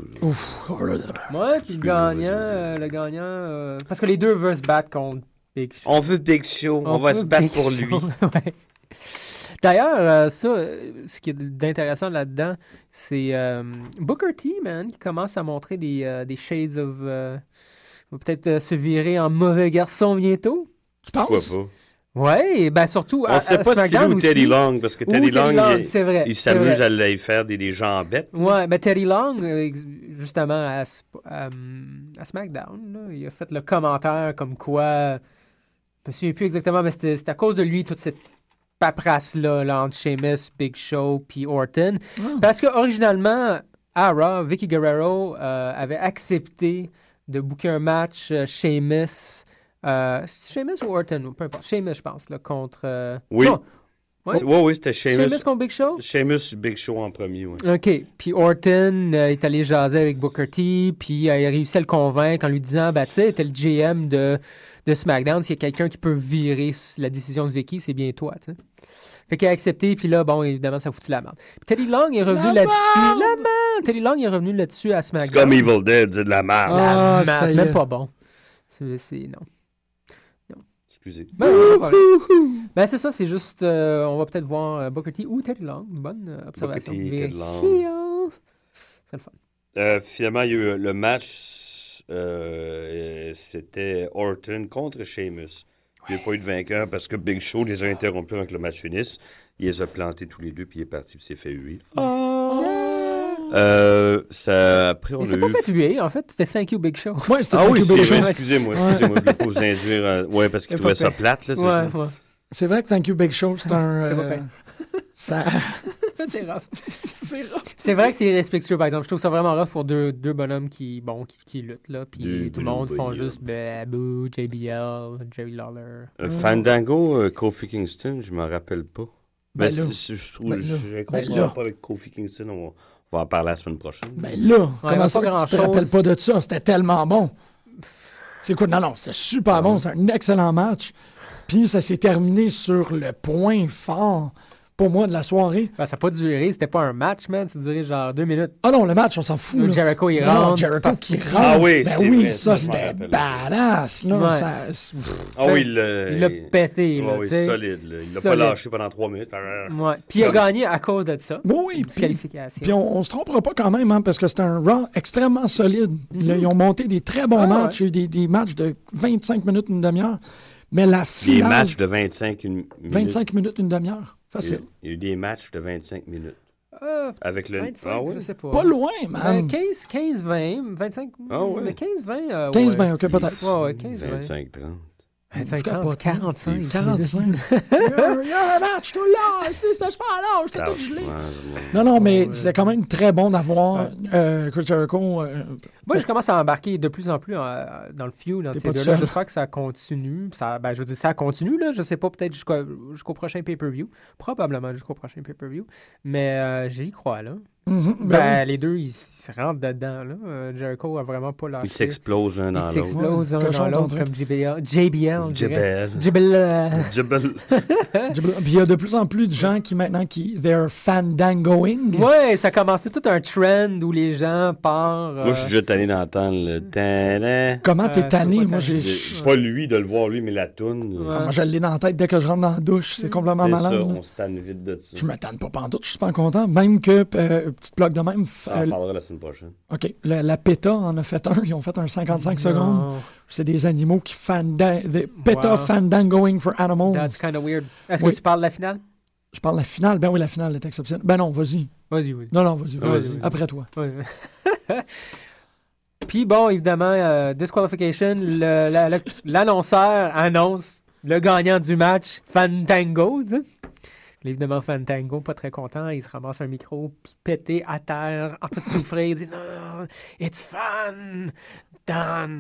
Ouf.
Ouais, puis le gagnant, euh, le gagnant... euh, parce que les deux veulent se battre contre Big Show.
On veut Big Show, on, va
veut
se battre
Big
pour
Show.
lui.
Ouais. D'ailleurs, euh, ça, euh, ce qui est d'intéressant là-dedans, c'est euh, Booker T, man, qui commence à montrer des, euh, des shades of... euh, va peut-être euh, se virer en mauvais garçon bientôt.
Tu penses?
Pourquoi pas?
Ouais, ben surtout
On
à,
sait
à
pas si c'est
SmackDown
lui ou Teddy
aussi.
Long, parce que
Ou
Teddy Long, il,
c'est vrai.
il
c'est
s'amuse
vrai.
à lui faire des, des jambettes.
Ouais, ben Teddy Long, euh, ex- justement, à, Sp- à, à SmackDown, là, il a fait le commentaire comme quoi, je me souviens plus exactement, mais c'était c'était à cause de lui, toute cette paperasse-là, là, entre Sheamus, Big Show, puis Orton.
Ah.
Parce que originalement, à Raw, Vicky Guerrero euh, avait accepté de booker un match euh, Sheamus, euh, c'est Sheamus ou Orton, peu importe, Sheamus, je pense, là, contre... euh,
Oui.
non, ouais.
C'est- Ouais, oui, c'était Sheamus.
Sheamus contre Big Show?
Sheamus, Big Show en premier, oui.
OK. Puis Orton euh, est allé jaser avec Booker T, puis euh, il a réussi à le convaincre en lui disant, bah, tu sais, t'es le G M de, de SmackDown, s'il y a quelqu'un qui peut virer la décision de Vicky, c'est bien toi, tu sais. Fait qu'il a accepté, puis là, bon, évidemment, ça a foutu la merde. Puis Teddy Long est revenu
La
là-dessus. La merde! Teddy Long est revenu là-dessus à
C'est
SmackDown.
comme Evil Dead, c'est de la merde.
Ah,
La
ça
merde,
y
c'est même
est.
pas bon. C'est... c'est- non.
Excusez.
Ben, ouais, pas de problème. Ben, c'est ça, c'est juste... euh, on va peut-être voir euh, Booker T ou Teddy Long. Bonne euh, observation.
Booker T,
Virer
Teddy Long.
heel. C'est le fun.
Euh, finalement, il y a eu le match, euh, c'était Orton contre Sheamus. Il n'y a pas eu de vainqueur parce que Big Show les a interrompus avant que le match finisse. Il les a plantés tous les deux, puis il est parti, puis il s'est fait huer. Euh, ça, après, on
Il
a
s'est
eu...
pas fait huer, en fait. C'était Thank You Big Show.
Ouais, c'était
Ah oui,
Thank
c'est
You, Big
vrai,
Show.
excusez-moi,
Ouais.
excusez-moi, je ne voulais pas vous induire. à- Ouais, parce qu'il
Il a
trouvait
pas
ça
fait.
plate, là, c'est
Ouais,
ça?
ouais.
C'est vrai que Thank You Big Show, c'est un...
C'est pas
euh,
pire.
ça...
c'est rough.
c'est rough.
C'est vrai que c'est irrespectueux, par exemple. Je trouve ça vraiment rough pour deux, deux bonhommes qui, bon, qui, qui luttent, là. Puis
Deux
tout le monde font
bonhommes.
juste Baboo, J B L, Jerry Lawler.
Euh, Fandango, euh, Kofi Kingston, je m'en rappelle pas.
Ben
Mais
là.
c'est- c'est- je trouve,
Ben là.
je je comprends
Ben là.
pas avec Kofi Kingston. On va, on va en parler la semaine prochaine.
Ben là,
Ouais,
comment
pas
ça, tu te
grand-chose.
rappelles pas de ça? C'était tellement bon. C'est quoi? Non, non, c'est super bon. C'est un excellent match. Puis ça s'est terminé sur le point fort, pour moi, de la soirée.
Ben, ça n'a pas duré, c'était pas un match, man. Ça a duré genre deux minutes.
Ah non, le match, on s'en fout. là.
Jericho, il
Non, non,
rentre.
Jericho qui
parti.
rentre.
Ah oui,
ben
c'est
oui,
vrai,
ça,
ça, je m'en
c'était
rappelle.
badass. Là.
Ouais.
Ça, c'est-
Ah oui, il l'a
Il l'a pété, là,
Ah oui,
tu sais.
solide. Là. Il l'a pas
Solide.
lâché pendant trois minutes.
Ouais. Puis il a gagné à cause de ça.
Oui, oui. Puis,
Disqualification.
puis on, on se trompera pas quand même, hein, parce que c'est un Raw extrêmement solide. Là, ils ont monté des très bons
Ah,
matchs. Il y a eu des, des matchs de vingt-cinq minutes, une demi-heure. Mais la finale...
Des matchs de vingt-cinq une minute.
vingt-cinq minutes, une demi-heure.
Il y, a,
Facile.
il y a eu des matchs de vingt-cinq minutes.
Euh,
Avec le.
vingt-cinq,
Ah oui?
je sais pas.
Pas loin,
Euh,
man.
quinze, quinze, vingt, vingt-cinq.
Ah ouais.
Mais quinze, vingt. Euh,
quinze,
ouais.
vingt, ok, peut-être.
Ouais, ouais, quinze, vingt.
vingt-cinq, trente.
vingt-cinq,
Je
trente,
capote.
quarante-cinq.
quarante-cinq. Il y a- il y a un match tout là. C'était c'était super long. J'étais tout gelé. Non, non, mais c'est quand même très bon d'avoir euh, Chris Jericho. euh,
Moi, je commence à embarquer de plus en plus euh, dans le feud dans
T'es
ces
pas tout
deux-là.
seul.
J'espère que ça continue. Ça, ben, je veux dire, ça continue, là. Je sais pas, peut-être jusqu'au, jusqu'au prochain pay-per-view. Probablement jusqu'au prochain pay-per-view. Mais euh, j'y crois, là.
mhm,
Ben,
ben
les deux, ils se rentrent dedans, là. Euh, Jericho a vraiment pas lâché.
Ils s'explosent l'un
Ils
dans l'autre.
s'explosent l'un
Cochon
dans l'autre,
ton truc.
comme J B L. J B L, je dirais.
Jebel.
J B L.
Jebel.
oui. Puis il y a de plus en plus de gens qui maintenant qui they're fandangoing.
Ouais, ça a commencé tout un trend où les gens partent.
Moi, je suis déjà tanné d'entendre le. Tadam.
Comment t'es
Euh,
tanné?
c'est pas
Moi,
tanné.
j'ai.
J'ai- Pas lui de le voir, lui, mais la toune.
Ouais.
Ah, moi, je l'ai dans la tête dès que je rentre dans la douche. C'est complètement
C'est
malade.
ça,
là.
on se tanne vite de ça.
Je me tanne pas pantoute, je suis super content. Même que, euh, petite bloc de même, f-
On en
euh,
parlera la semaine prochaine.
OK, la, la PETA en a fait un. Ils ont fait un cinquante-cinq secondes.
Non.
C'est des animaux qui fanda... the PETA
Wow.
fandangoing for animals.
That's kind of weird. Est-ce
Oui.
que tu parles de la finale?
Je parle de la finale. Ben oui, la finale est exceptionnelle. Ben non, vas-y.
Vas-y, vas-y.
Non, non, vas-y.
Ah,
vas-y.
vas-y.
Après toi.
Ouais. Puis bon, évidemment, euh, disqualification, le- la- la- l'annonceur annonce le gagnant du match, Fandango. Tu sais. Évidemment, Fandango, pas très content, il se ramasse un micro, puis pété à terre, en train de souffrir, il dit « Non, it's Fandango ».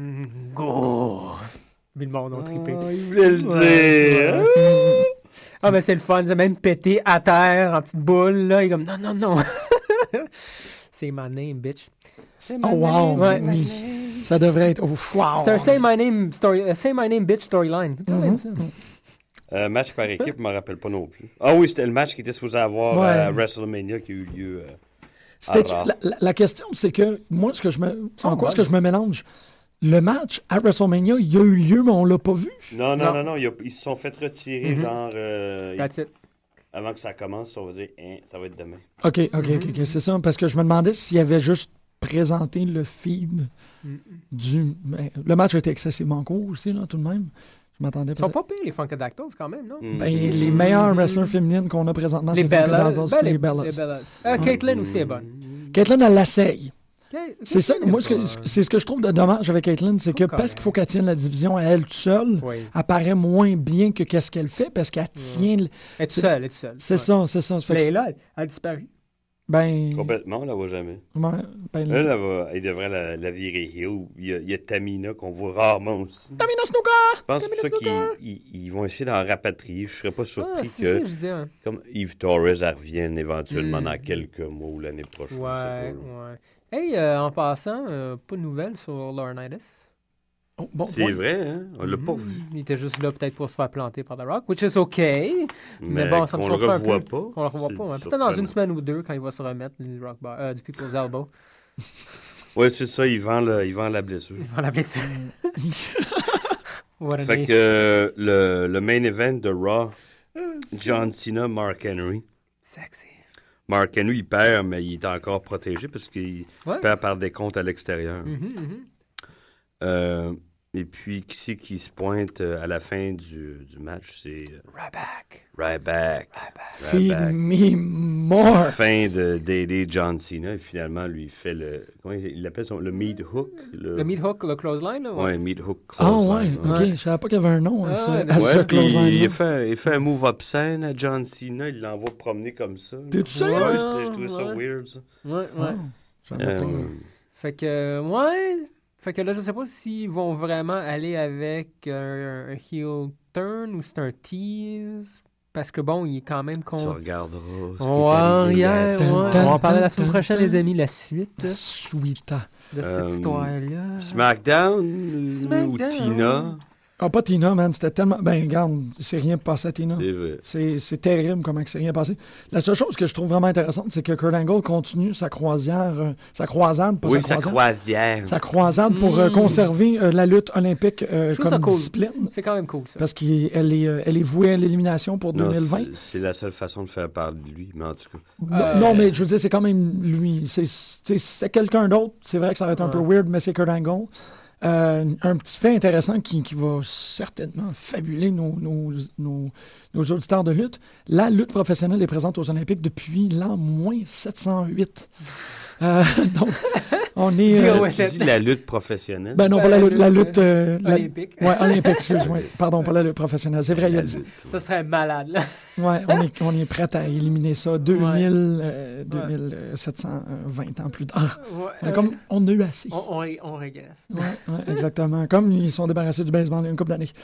Puis le monde a trippé.
Ah, il voulait le
Ouais,
dire.
ouais. Ah, mais c'est le fun, c'est même pété à terre, en petite boule, là, il est comme « Non, non, non ». C'est my name, bitch.
Oh, wow.
Ouais.
Oui. Ça devrait être... Ouf, wow.
C'est un Say My Name story, euh, Say My Name Bitch storyline. C'est quand même
Mhm.
ça.
Euh, match par équipe, je ne me rappelle pas non plus. Ah oui, c'était le match qui était supposé avoir
Ouais.
à WrestleMania qui a eu lieu. euh,
C'était-
à Raw.
la, la- la question, c'est que moi, ce que je me, en
Oh,
quoi
ouais.
est-ce que je me mélange? Le match à WrestleMania, il y a eu lieu, mais on l'a pas vu.
Non, non,
Non.
non, non, il y a- ils se sont fait retirer,
Mhm.
genre, euh,
That's it.
avant que ça commence, on va dire, hein, ça va être demain.
OK, OK, OK,
Mhm.
OK, c'est ça. Parce que je me demandais s'il y avait juste présenté le feed
Mhm.
du... mais le match a été excessivement court aussi, là, tout de même. Je m'attendais
Ils sont
peut-être...
pas pires, les Funkadactyls, quand même, non?
Mhm.
Ben, les meilleures wrestlers féminines qu'on a présentement,
Les
c'est
Bellas.
Funkadactyls
Ben,
puis
les,
les Bellas.
les Bellas. Euh,
Ouais.
Caitlyn aussi est bonne.
Caitlyn, elle l'essaye.
Ca-
C'est ça,
Caitlyn est
moi, ce que,
bonne.
c'est ce que je trouve de dommage avec Caitlyn, c'est que
Faut
parce
quand
qu'il faut qu'elle tienne la division à elle toute seule,
Oui.
elle paraît moins bien que qu'est-ce qu'elle fait parce qu'elle tient... le-
Elle est toute seule, elle est toute seule.
C'est
Ouais.
ça, c'est ça. Ça fait que
Mais
c'est-
là, elle elle a disparu.
Ben...
Complètement, on la voit jamais.
ouais, ben,
Elle, elle, va, elle devrait la, la virer heel. Il y, a, il y a Tamina qu'on voit rarement aussi.
Tamina Snuka!
Je pense que c'est pour ça qu'ils ils- ils vont essayer d'en rapatrier. Je serais pas
Ah,
surpris
c'est
que,
ça, je disais. hein.
comme Eve Torres, elle revienne éventuellement
Mm.
dans quelques mois ou l'année prochaine. je sais
Ouais,
pas, là.
ouais. Hey, euh, en passant, euh, pas de nouvelles sur Laurinaitis.
Oh, bon,
C'est
point.
vrai, hein? On l'a pas
Mhm.
vu.
Il était juste là peut-être pour se faire planter par The Rock, which is OK. Mais,
Mais,
bon, ça me
qu'on le
surprend un
revoit
peu
pas.
qu'on le revoit
c'est
pas. hein. Peut-être
surprenant.
dans une semaine ou deux quand il va se remettre du, rock bar, euh, du People's Elbow.
Ouais, c'est ça, il vend, le, il vend la blessure.
Il va la blessure. What a
Fait
nice.
que euh, le, le main event de Raw, John Cena, Mark Henry.
Sexy.
Mark Henry, il perd, mais il est encore protégé parce qu'il
Ouais.
perd par des comptes à l'extérieur.
Mhm, mhm.
Euh, et puis, qui c'est qui se pointe euh, à la fin du, du match? C'est euh,
Right back.
Ryback.
Feed
Ryback.
me more.
fin de d'aider John Cena. Et finalement, lui, il fait le... Comment il l'appelle? Son, le meat hook?
Le, le meat hook, le clothesline? Là,
ouais, ouais meat hook,
clothesline. Ah ouais,
ouais.
OK. Je savais pas qu'il y avait un nom à
ah,
ce,
ouais,
à
ouais,
ce
clothesline. Il, il,
fait,
il fait un move obscène à John Cena. Il l'envoie promener comme ça.
T'es-tu sérieux?
Ouais, je, je trouvais
ouais.
ça weird, ça.
Ouais, ouais.
Oh,
euh,
fait que, ouais... Fait que là, je sais pas s'ils vont vraiment aller avec euh, un heel turn ou c'est un tease. Parce que bon, il est quand même con.
Tu regarderas. Ce
ouais,
qui est
yeah,
arrivé
ouais. On va en parler la semaine prochaine, les amis, la suite.
La suite.
De cette
euh,
histoire-là.
SmackDown,
SmackDown
ou Tina.
Ah, pas Tina, man. C'était tellement... Ben, regarde, c'est rien passé à Tina.
C'est vrai.
C'est, c'est terrible comment c'est rien passé. La seule chose que je trouve vraiment intéressante, c'est que Kurt Angle continue sa croisière, euh, sa croisade, pas
oui,
sa croisière.
sa croisière.
Sa croisade pour
Mm.
euh, conserver euh, la lutte olympique euh,
Je trouve
comme
ça cool.
discipline.
C'est quand même cool, ça.
Parce qu'elle est, euh, elle est vouée à l'élimination pour
Non,
deux mille vingt.
c'est, c'est la seule façon de faire parler de lui, mais en tout cas.
Non,
Euh,
non, mais je veux dire, c'est quand même lui. C'est, c'est, c'est quelqu'un d'autre. C'est vrai que ça va être un
Ouais.
peu weird, mais c'est Kurt Angle. Euh, un petit fait intéressant qui, qui va certainement fabuler nos, nos, nos, nos auditeurs de lutte. La lutte professionnelle est présente aux Olympiques depuis l'an moins sept cent huit. Euh, donc, on est... euh,
Tu dis la lutte professionnelle?
Ben non,
Ben,
pas la,
la
lutte- la
lutte,
lutte... euh, la-
olympique.
Ouais, olympique, excuse-moi. Pardon, pas la lutte professionnelle. C'est vrai, il y a dit.
Ça serait malade, là.
Ouais, on est, on est prêt à éliminer ça deux mille, euh,
Ouais.
deux mille sept cent vingt ans plus tard.
Ouais,
On est
euh,
comme, on a eu assez.
On, on, ré- on régresse.
Ouais, ouais, exactement. Comme ils sont débarrassés du baseball il y a une couple d'années.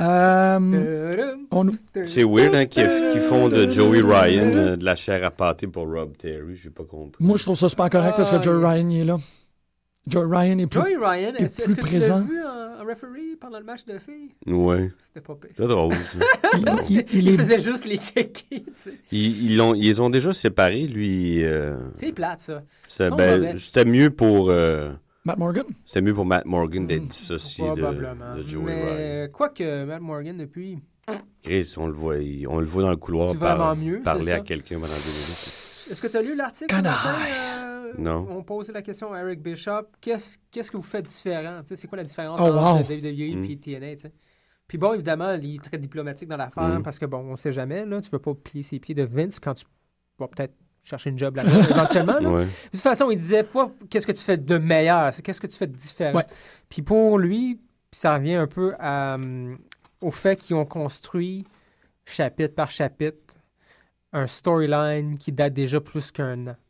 Euh, on nous...
C'est weird hein, qu'ils, qu'ils font de Joey Ryan euh, de la chair à pâté pour Rob Terry. J'ai pas compris.
Moi, je trouve ça super correct parce que
Ah,
Joe
yeah.
Ryan il est là. Joe Ryan est plus...
Joey Ryan,
est
est-ce,
plus
est-ce que
présent.
tu l'as vu en, en referee pendant le match de filles?
Ouais.
C'était pas pire.
C'est drôle. ça.
Il,
Non,
il-
c'était-
il
il
est...
faisait juste les checker, tu sais.
Ils, ils, l'ont, ils les ont déjà séparés, lui. euh,
C'est plate, ça.
c'est-
Ils sont
ben,
mauvais.
c'était mieux pour. euh,
Matt Morgan?
c'était mieux pour Matt Morgan d'être dissocié de,
Probablement.
de Joey Ryan.
Mais quoique Matt Morgan, depuis...
Chris, on le voit, il- on le voit dans le couloir
C'est vraiment
par-
mieux,
parler
c'est
à
ça?
quelqu'un pendant deux minutes.
Est-ce que tu as lu l'article?
Canaille.
ce matin, euh,
Non.
On posait la question à Eric Bishop. Qu'est-ce, qu'est-ce que vous faites différent? Tu sais, c'est quoi la différence
Oh,
entre
wow.
W W E
Mm.
et T N A? Tu sais? Puis bon, évidemment, il est très diplomatique dans l'affaire
Mm.
parce que, bon, on sait jamais. Là, tu veux pas plier ses pieds de Vince quand tu vas peut-être chercher une job là-dedans éventuellement. Là.
Ouais.
De toute façon, il disait pas qu'est-ce que tu fais de meilleur, c'est qu'est-ce que tu fais de différent.
Ouais.
Puis pour lui, puis ça revient un peu à, hum, au fait qu'ils ont construit chapitre par chapitre un storyline qui date déjà plus qu'un an.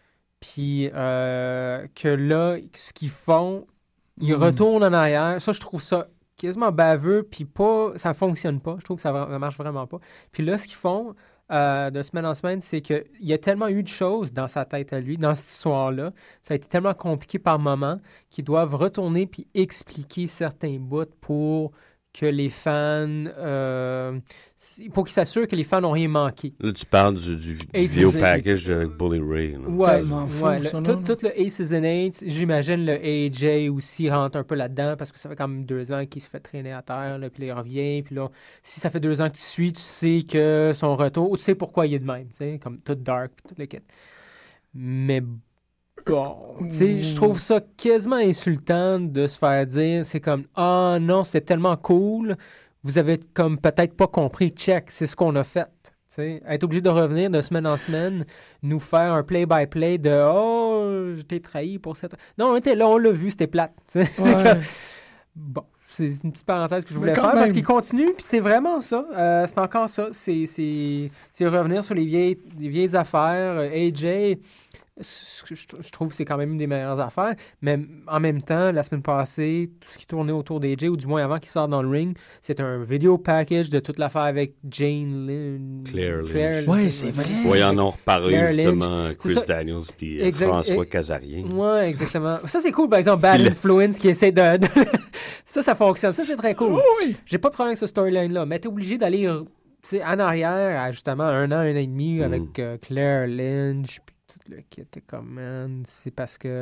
Puis euh, que là, ce qu'ils font, ils
Mm.
retournent en arrière. Ça, je trouve ça quasiment baveux, puis pas, ça fonctionne pas. Je trouve que ça, va- ça marche vraiment pas. Puis là, ce qu'ils font euh, de semaine en semaine, c'est qu'il y a tellement eu de choses dans sa tête à lui, dans cette histoire-là. Ça a été tellement compliqué par moments qu'ils doivent retourner puis expliquer certains bouts pour que les fans... euh, pour qu'ils s'assurent que les fans n'ont rien manqué.
Là, tu parles du, du, du
Aces
vidéo
and-
package de Bully Ray. là.
Ouais,
Tellement fou,
ouais, le-
ça, là,
tout,
là.
tout le Aces and Eights, j'imagine le A J aussi rentre un peu là-dedans parce que ça fait quand même deux ans qu'il se fait traîner à terre, là, puis là, il revient, puis là, si ça fait deux ans que tu suis, tu sais que son retour, tu sais pourquoi il est de même, tu sais, comme tout dark, puis tout le kit. Mais bon, tu sais, je trouve ça quasiment insultant de se faire dire, c'est comme, ah non, c'était tellement cool, vous avez comme peut-être pas compris, check, c'est ce qu'on a fait. Tu sais, être obligé de revenir de semaine en semaine, nous faire un play-by-play de « Oh, je t'ai trahi pour cette... » Non, on était là, on l'a vu, c'était plate. Tu sais, c'est
Ouais.
comme- Bon, c'est une petite parenthèse que je voulais
Mais quand
faire parce
même.
qu'il continue, puis c'est vraiment ça. Euh, c'est encore ça. C'est, c'est, c'est revenir sur les vieilles, les vieilles affaires. Euh, A J, ce que je, je trouve que c'est quand même une des meilleures affaires, mais en même temps, la semaine passée, tout ce qui tournait autour d'A J, ou du moins avant qu'il sorte dans le ring, c'est un vidéo package de toute l'affaire avec Jane Lynn.
Claire Lynch.
Ouais, c'est vrai.
Ouais, ils en ont reparlé
Claire
justement,
Lynch.
Chris
C'est ça.
Daniels puis euh,
Exact-
François
et-
Casarien.
Ouais, exactement. Ça, c'est cool, par exemple, Bad
Puis le-
Influence qui essaie de... de- ça, ça fonctionne. Ça, c'est très cool.
Oh, oui.
J'ai pas de problème avec ce storyline-là, mais t'es obligé d'aller euh, tu sais, en arrière à justement un an, un an et demi
Mm.
avec euh, Claire Lynch, puis tout le kit. T'es comme, man, c'est parce que...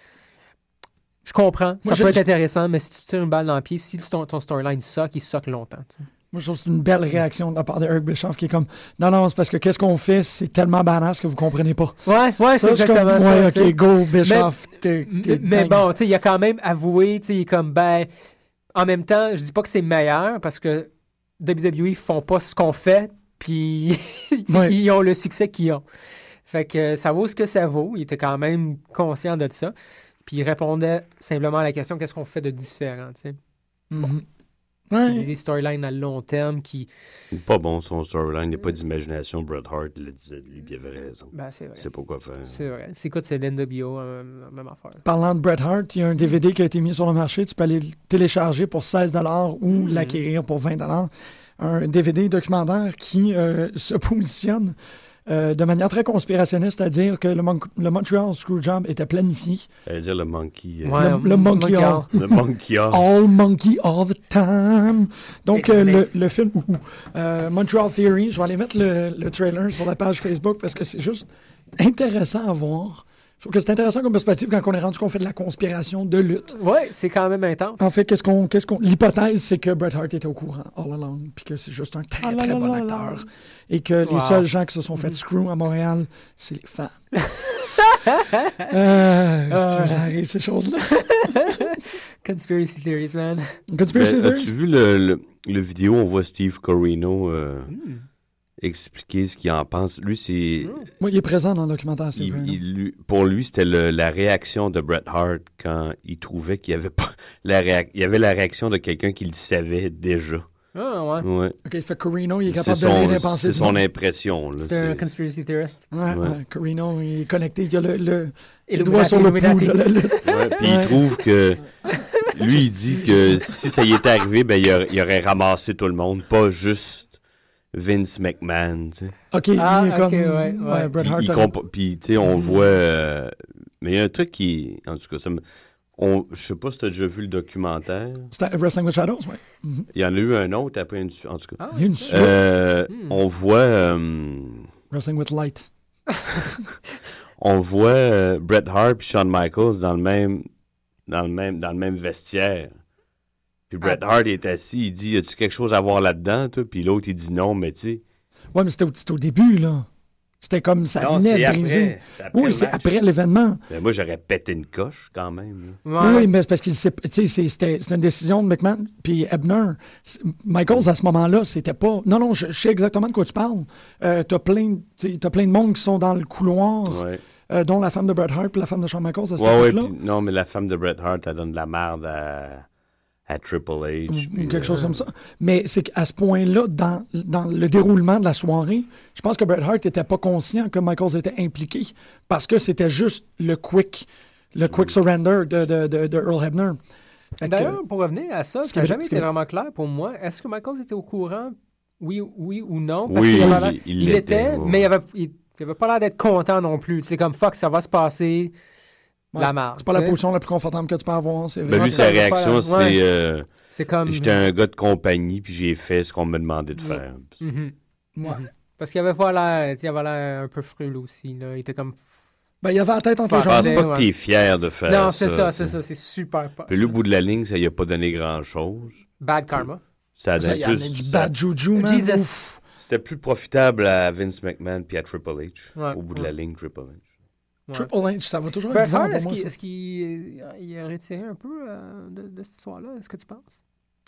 Je comprends,
Moi,
ça
je-
peut être
je-
intéressant, mais si tu tires une balle dans le pied, si ton, ton storyline suck, il suck longtemps. tu sais.
Moi, je trouve que c'est une belle réaction de la part d'Eric Bischoff qui est comme non, non, c'est parce que qu'est-ce qu'on fait, c'est tellement badass que vous comprenez pas.
Ouais, ouais, c'est
Ça, je suis
exactement
comme,
ça.
ouais,
tu sais.
ok, go, Bischoff. t'es-
M-
t'es
Mais
dingue.
bon, tu sais, il a quand même avoué, tu sais, il est comme, ben, en même temps, je dis pas que c'est meilleur parce que W W E font pas ce qu'on fait, puis tu sais,
Ouais.
ils ont le succès qu'ils ont. Fait que euh, ça vaut ce que ça vaut. Il était quand même conscient de ça. Puis il répondait simplement à la question qu'est-ce qu'on fait de différent, tu sais.
Mm-hmm.
C'est
Ouais.
des storylines à long terme qui.
Pas bon son storyline, il n'y a pas d'imagination. Bret Hart il le disait de lui, puis il avait raison.
Ben, c'est vrai.
C'est pas quoi faire.
C'est vrai. C'est quoi, c'est l'N W O, euh, même affaire.
Parlant de Bret Hart, il y a un D V D qui a été mis sur le marché. Tu peux aller le télécharger pour seize dollars ou
Mm.
l'acquérir pour vingt dollars. Un D V D documentaire qui euh, se positionne euh, de manière très conspirationniste, c'est-à-dire que le, Mon- le Montreal Screwjob était planifié.
J'allais dire le monkey. euh,
Ouais,
le, le Monkey
Monkey
All.
Le monkey. ah.
All Monkey All the Time. Donc,
It's
euh, le,
nice.
le film ouh, ouh, euh, Montreal Theory, je vais aller mettre le, le trailer sur la page Facebook parce que c'est juste intéressant à voir. Je trouve que c'est intéressant comme perspective quand on est rendu qu'on fait de la conspiration de lutte.
Ouais, c'est quand même intense.
En fait, qu'est-ce qu'on, qu'est-ce qu'on, l'hypothèse, c'est que Bret Hart était au courant all along, puis que c'est juste un très,
Ah là
très
là
bon
là là.
acteur. Et que les
Wow.
seuls gens qui se sont fait screw à Montréal, c'est les fans. euh,
Ah.
ça arrive, ces choses-là.
Conspiracy theories, man.
Conspiracy
Ben,
theories?
as-tu vu le, le, le vidéo, on voit Steve Corino euh,
Mm.
expliquer ce qu'il en pense. Lui, c'est...
Moi, il est présent dans le documentaire, c'est
il-
vrai.
il- lui- pour lui, c'était le- la réaction de Bret Hart quand il trouvait qu'il y avait pas la réac- il y avait la réaction de quelqu'un qui le savait déjà.
Ah, ouais.
Ouais.
OK, fait que Corino, il est
C'est
capable de lire
son,
les pensées.
c'est
du
son
monde.
impression. là.
C'est un
C'est-
conspiracy theorist.
Ouais,
Ouais.
ouais, Corino, il est connecté. Il a le, le, les
Illuminati,
doigts sur le pouls
Illuminati.
de la lutte.
Ouais, puis
Ouais.
il trouve que... Lui, il dit que si ça y était arrivé, ben, il, aurait, il aurait ramassé tout le monde, pas juste Vince McMahon, tu sais.
OK, lui,
Ah,
il est
ok,
comme...
ouais, ouais.
Bret
Puis,
Hart.
il
a-
comp- puis, tu sais, on le voit... euh, mais il y a un truc qui... En tout cas, ça me... On, je sais pas si tu as déjà vu le documentaire.
C'était Wrestling with Shadows, oui.
Il y en a eu un autre après une... su- En tout cas.
Ah,
Il y a une suite.
Euh,
Hmm.
On voit... euh,
Wrestling with Light.
on voit euh, Bret Hart et Shawn Michaels dans le même... Dans le même, dans le même vestiaire. Puis Bret
Ah.
Hart est assis, il dit, y a-tu quelque chose à voir là-dedans, toi? Puis l'autre, il dit non, mais tu sais...
Ouais, mais c'était au, c'était au début, là. C'était comme ça
Non,
venait
c'est
de briser.
après. C'est après
Oui,
le
c'est
match.
après l'événement.
Ben, moi, j'aurais pété une coche, quand même. là.
Ouais.
Oui, mais c'est parce qu'il sait- tu sais, c'est- c'était c'était une décision de McMahon puis Ebner. C'est- Michaels, à ce moment-là, c'était pas... Non, non, je, je sais exactement de quoi tu parles. Euh, t'as plein, de- tu sais, t'as plein de monde qui sont dans le couloir,
Ouais.
euh, dont la femme de Bret Hart et la femme de Shawn Michaels à cette
Ouais, ouais,
époque-là.
puis- non, mais la femme de Bret Hart, elle donne de la merde à, à Triple H.
ou
puis,
quelque
euh,
chose comme ça. Mais c'est qu'à ce point-là, dans, dans le déroulement de la soirée, je pense que Bret Hart n'était pas conscient que Michaels était impliqué parce que c'était juste le quick, le quick surrender de, de, de, de Earl Hebner. Fait que-
D'ailleurs, pour revenir à ça,
Ce qui
ça n'a
avait-
jamais
ce qui
été
avait-
vraiment clair pour moi. Est-ce que Michaels était au courant, oui, oui ou non? Parce
Oui,
qu'il avait l'air-
il- il
il
l'était,
était,
ouais.
mais il avait, il, il avait pas l'air d'être content non plus. C'est comme, fuck, ça va se passer,
Ouais,
la
c'est-
merde.
C'est pas la
tu sais.
position la plus confortable que tu peux avoir, c'est vrai.
Ben lui,
Ouais,
sa
ça veut pas
réaction,
la-
c'est...
ouais.
euh,
C'est comme...
J'étais un gars de compagnie, puis j'ai fait ce qu'on me demandait de
Ouais.
faire.
Mhm.
Ouais.
Mhm. Parce qu'il avait pas l'air, tu sais, il avait l'air un peu frêle aussi. Là. Il était comme...
Ben, il avait la tête entre les
Je
jambes.
pense
Ouais.
pas que t'es fier de faire ça.
non, c'est ça,
tu
c'est
sais.
ça. C'est super poche.
Puis le bout de la ligne, ça y a pas donné grand-chose.
Bad karma.
Ça a
Ça
donné
y en a
plus...
du
ça-
bad juju, man.
Jesus.
Ouf.
C'était plus profitable à Vince McMahon puis à Triple H.
Ouais,
Au bout de
ouais.
la ligne, Triple H.
Ouais.
Triple H, ça va toujours être
Bret
bizarre
Hart,
pour
est-ce
moi,
qu'il
ça.
est-ce qu'il euh, il a retiré un peu euh, de, de cette histoire-là? Est-ce que tu penses?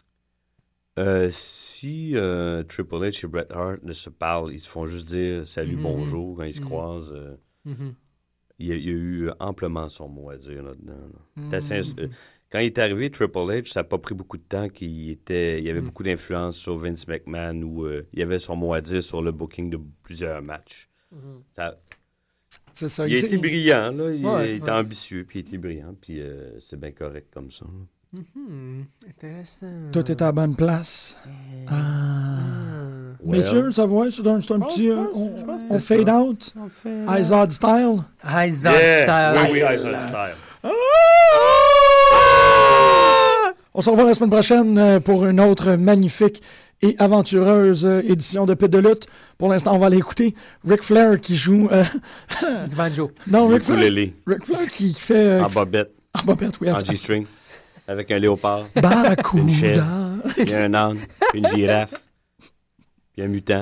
Euh, si euh, Triple H et Bret Hart ne se parlent, ils se font juste dire salut,
Mhm.
bonjour quand ils se
Mhm.
croisent. euh,
Mhm.
il, y a, il y a eu amplement son mot à dire là-dedans. là.
Mhm.
C'est assez ins- euh, quand il est arrivé, Triple H, ça n'a pas pris beaucoup de temps qu'il était, il y avait
Mhm.
beaucoup d'influence sur Vince McMahon où euh, il y avait son mot à dire sur le booking de plusieurs matchs.
Mhm.
Ça-
C'est ça.
il a
il-
été brillant, là. il,
Ouais,
il était
ouais.
ambitieux, puis il était brillant, puis euh, c'est bien correct comme ça. là.
Mhm. Intéressant.
Tout est à la bonne place. Ah.
Ah.
Well.
Messieurs, ça va? C'est un, c'est un
Je pense-
petit...
je
euh,
pense-
on
je pense que
on
c'est
fade
ça.
out?
On fait-
Izod style?
Izod
Yeah!
style.
Oui, oui, Izod style.
On se revoit la semaine prochaine euh, pour une autre magnifique et aventureuse euh, édition de Pit de lutte. Pour l'instant, on va aller écouter Ric Flair qui joue... euh,
Du banjo.
non,
Le
Ric Flair,
ukulélé,
Ric Flair qui fait... euh,
en bobette,
en bobette, oui.
en G-string, avec un léopard, une
Barracuda.
chèvre, puis un âne, puis une girafe, puis un mutant.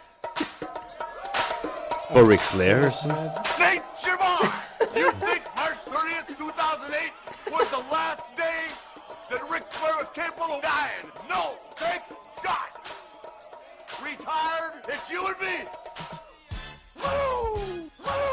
Pas Ric Flair, ça.
Nate Siobhan, you think March thirtieth, two thousand eight was the last day that Ric Flair was capable of dying? No, thank God. Retired, it's you and me. Woo! Woo!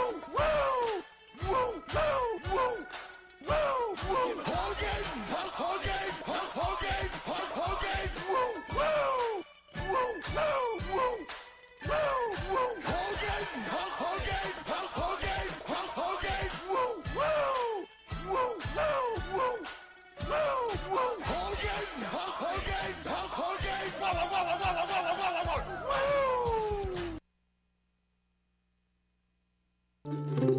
Woo!